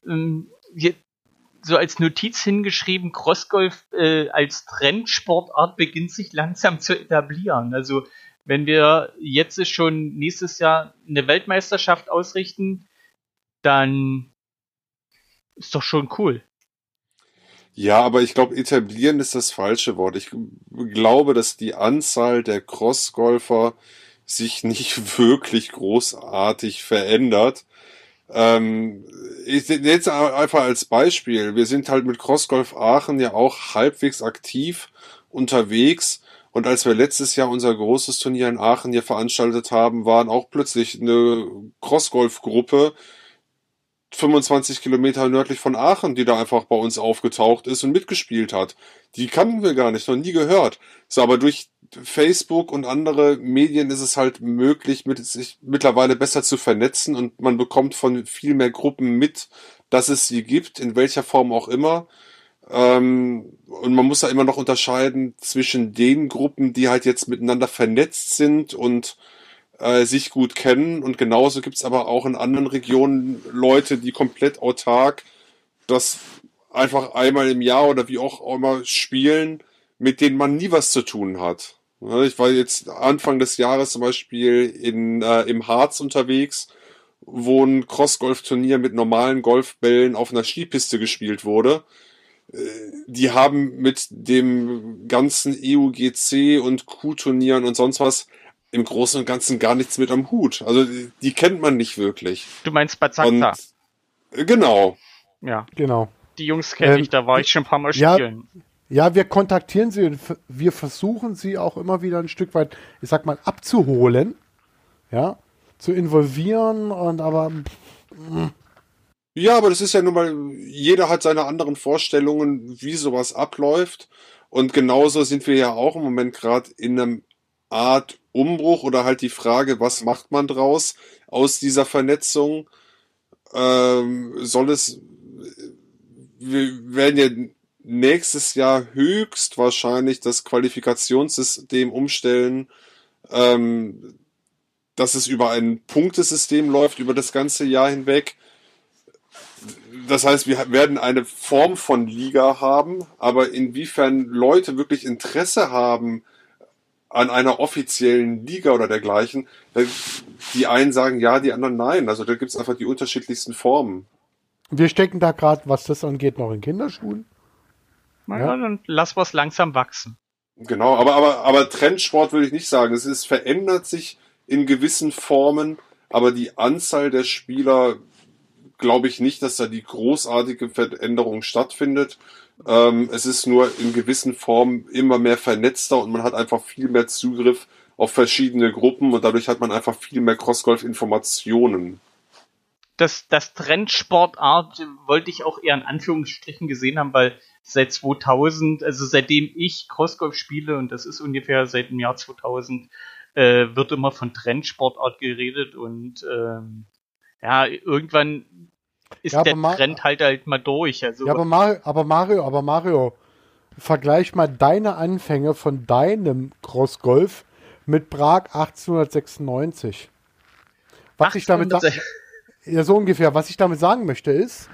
so als Notiz hingeschrieben, Crossgolf als Trendsportart beginnt sich langsam zu etablieren. Also wenn wir jetzt schon nächstes Jahr eine Weltmeisterschaft ausrichten, dann ist doch schon cool. Ja, aber ich glaube, etablieren ist das falsche Wort. Ich glaube, dass die Anzahl der Crossgolfer sich nicht wirklich großartig verändert. Jetzt einfach als Beispiel. Wir sind halt mit Crossgolf Aachen ja auch halbwegs aktiv unterwegs. Und als wir letztes Jahr unser großes Turnier in Aachen hier veranstaltet haben, waren auch plötzlich eine Crossgolf-Gruppe 25 Kilometer nördlich von Aachen, die da einfach bei uns aufgetaucht ist und mitgespielt hat. Die kannten wir gar nicht, noch nie gehört. So, aber durch Facebook und andere Medien ist es halt möglich, sich mittlerweile besser zu vernetzen und man bekommt von viel mehr Gruppen mit, dass es sie gibt, in welcher Form auch immer. Und man muss da immer noch unterscheiden zwischen den Gruppen, die halt jetzt miteinander vernetzt sind und sich gut kennen, und genauso gibt's aber auch in anderen Regionen Leute, die komplett autark das einfach einmal im Jahr oder wie auch immer spielen, mit denen man nie was zu tun hat. Ich war jetzt Anfang des Jahres zum Beispiel im Harz unterwegs, wo ein Cross-Golf-Turnier mit normalen Golfbällen auf einer Skipiste gespielt wurde. Die haben mit dem ganzen EUGC und Q-Turnieren und sonst was im Großen und Ganzen gar nichts mit am Hut. Also die kennt man nicht wirklich. Du meinst Bazakta? Genau. Ja. Genau. Die Jungs kenne ich, da war ich schon ein paar Mal spielen. Ja, wir kontaktieren sie und wir versuchen sie auch immer wieder ein Stück weit, ich sag mal, abzuholen, ja, zu involvieren und aber... Ja, aber das ist ja nun mal, jeder hat seine anderen Vorstellungen, wie sowas abläuft, und genauso sind wir ja auch im Moment gerade in einem Art Umbruch oder halt die Frage, was macht man draus aus dieser Vernetzung? Wir werden ja nächstes Jahr höchstwahrscheinlich das Qualifikationssystem umstellen, dass es über ein Punktesystem läuft, über das ganze Jahr hinweg. Das heißt, wir werden eine Form von Liga haben, aber inwiefern Leute wirklich Interesse haben an einer offiziellen Liga oder dergleichen, die einen sagen ja, die anderen nein. Also da gibt es einfach die unterschiedlichsten Formen. Wir stecken da gerade, was das angeht, noch in Kinderschuhen. Ja, dann lass was langsam wachsen. Genau, aber Trendsport würde ich nicht sagen. Es verändert sich in gewissen Formen, aber die Anzahl der Spieler, glaube ich nicht, dass da die großartige Veränderung stattfindet. Es ist nur in gewissen Formen immer mehr vernetzter und man hat einfach viel mehr Zugriff auf verschiedene Gruppen und dadurch hat man einfach viel mehr Crossgolf-Informationen. Das Trendsportart wollte ich auch eher in Anführungsstrichen gesehen haben, weil seit 2000, also seitdem ich Crossgolf spiele, und das ist ungefähr seit dem Jahr 2000, wird immer von Trendsportart geredet und irgendwann ist der Trend halt mal durch. Also. Ja, aber Mario, vergleich mal deine Anfänge von deinem Crossgolf mit Prag 1896. Was ich damit ja, so ungefähr. Was ich damit sagen möchte ist,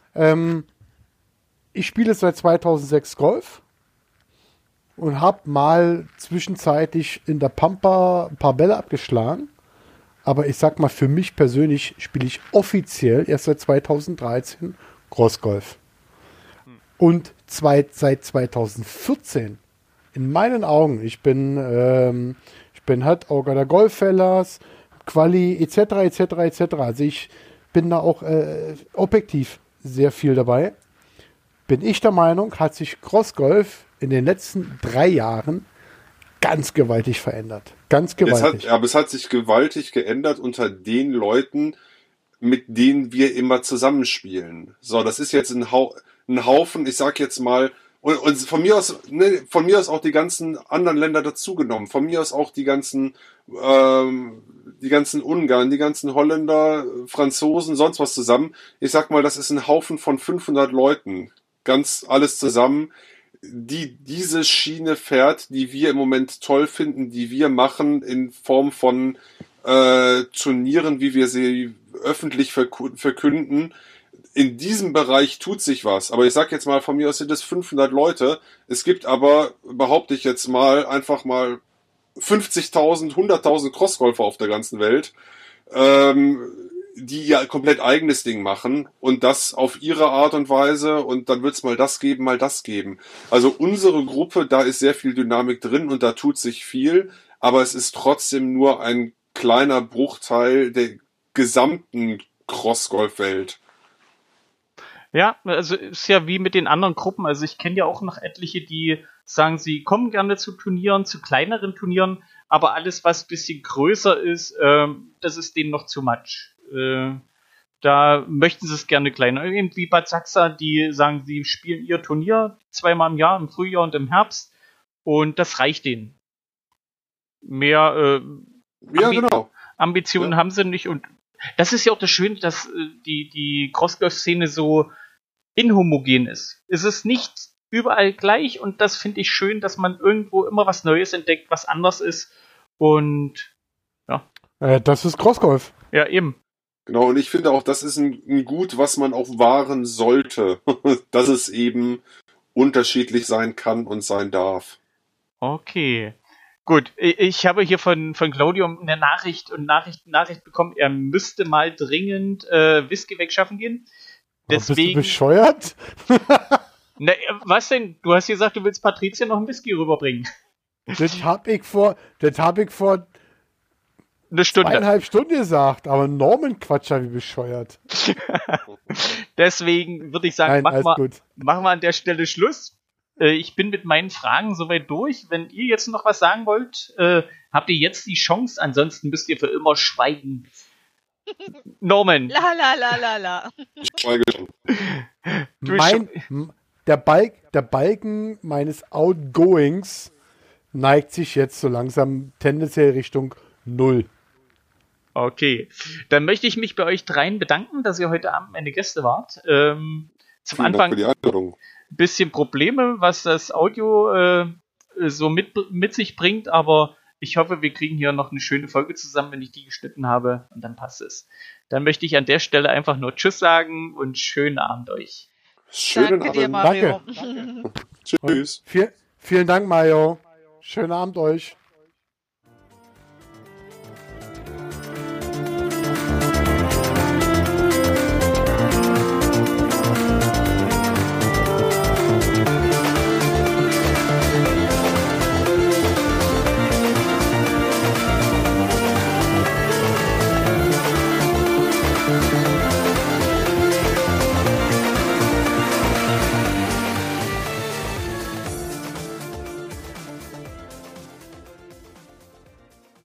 ich spiele seit 2006 Golf und habe mal zwischenzeitlich in der Pampa ein paar Bälle abgeschlagen. Aber ich sag mal, für mich persönlich spiele ich offiziell erst seit 2013 Crossgolf. Und seit 2014, in meinen Augen, ich bin halt Auger der Golffellas, Quali etc. Also ich bin da auch objektiv sehr viel dabei. Bin ich der Meinung, hat sich Crossgolf in den letzten 3 Jahren ganz gewaltig verändert. Ganz gewaltig. Aber es hat sich gewaltig geändert unter den Leuten, mit denen wir immer zusammenspielen. So, das ist jetzt ein Haufen, ich sag jetzt mal, und von mir aus auch die ganzen anderen Länder dazugenommen. Von mir aus auch die ganzen Ungarn, die ganzen Holländer, Franzosen, sonst was zusammen. Ich sag mal, das ist ein Haufen von 500 Leuten. Ganz alles zusammen, die diese Schiene fährt, die wir im Moment toll finden, die wir machen in Form von Turnieren, wie wir sie öffentlich verkünden. In diesem Bereich tut sich was. Aber ich sag jetzt mal, von mir aus sind es 500 Leute. Es gibt aber, behaupte ich jetzt mal, einfach mal 50.000, 100.000 Crossgolfer auf der ganzen Welt, die ihr komplett eigenes Ding machen und das auf ihre Art und Weise und dann wird's mal das geben, mal das geben. Also unsere Gruppe, da ist sehr viel Dynamik drin und da tut sich viel, aber es ist trotzdem nur ein kleiner Bruchteil der gesamten Crossgolf-Welt. Ja, also ist ja wie mit den anderen Gruppen. Also ich kenne ja auch noch etliche, die sagen, sie kommen gerne zu Turnieren, zu kleineren Turnieren, aber alles, was ein bisschen größer ist, das ist denen noch zu much. Da möchten sie es gerne kleiner. Eben wie Bad Sachsa, die sagen, sie spielen ihr Turnier 2-mal im Jahr, im Frühjahr und im Herbst und das reicht denen. Mehr Genau. Ambitionen haben sie nicht und das ist ja auch das Schöne, dass die Crossgolf-Szene so inhomogen ist. Es ist nicht überall gleich und das finde ich schön, dass man irgendwo immer was Neues entdeckt, was anders ist und ja. Das ist Crossgolf. Ja, eben. Genau, und ich finde auch, das ist ein Gut, was man auch wahren sollte, dass es eben unterschiedlich sein kann und sein darf. Okay. Gut, ich habe hier von Claudio eine Nachricht bekommen, er müsste mal dringend Whisky wegschaffen gehen. Deswegen, bist du bescheuert? Na, was denn? Du hast gesagt, du willst Patricia noch ein Whisky rüberbringen. Das hab ich vor eine Stunde. 2,5 Stunden gesagt, aber Norman Quatscher wie bescheuert. Deswegen würde ich sagen, Nein, machen wir an der Stelle Schluss. Ich bin mit meinen Fragen soweit durch. Wenn ihr jetzt noch was sagen wollt, habt ihr jetzt die Chance. Ansonsten müsst ihr für immer schweigen. Norman. La. Ich schweige schon. Der Balken meines Outgoings neigt sich jetzt so langsam tendenziell Richtung 0. Okay. Dann möchte ich mich bei euch dreien bedanken, dass ihr heute Abend meine Gäste wart. Zum Vielen Anfang Dank für die Einladung. bisschen Probleme, was das Audio so mit sich bringt, aber ich hoffe, wir kriegen hier noch eine schöne Folge zusammen, wenn ich die geschnitten habe und dann passt es. Dann möchte ich an der Stelle einfach nur Tschüss sagen und schönen Abend euch. Schönen Danke dir, Abend. Mario. Tschüss. Vielen Dank, Mario. Schönen Abend euch.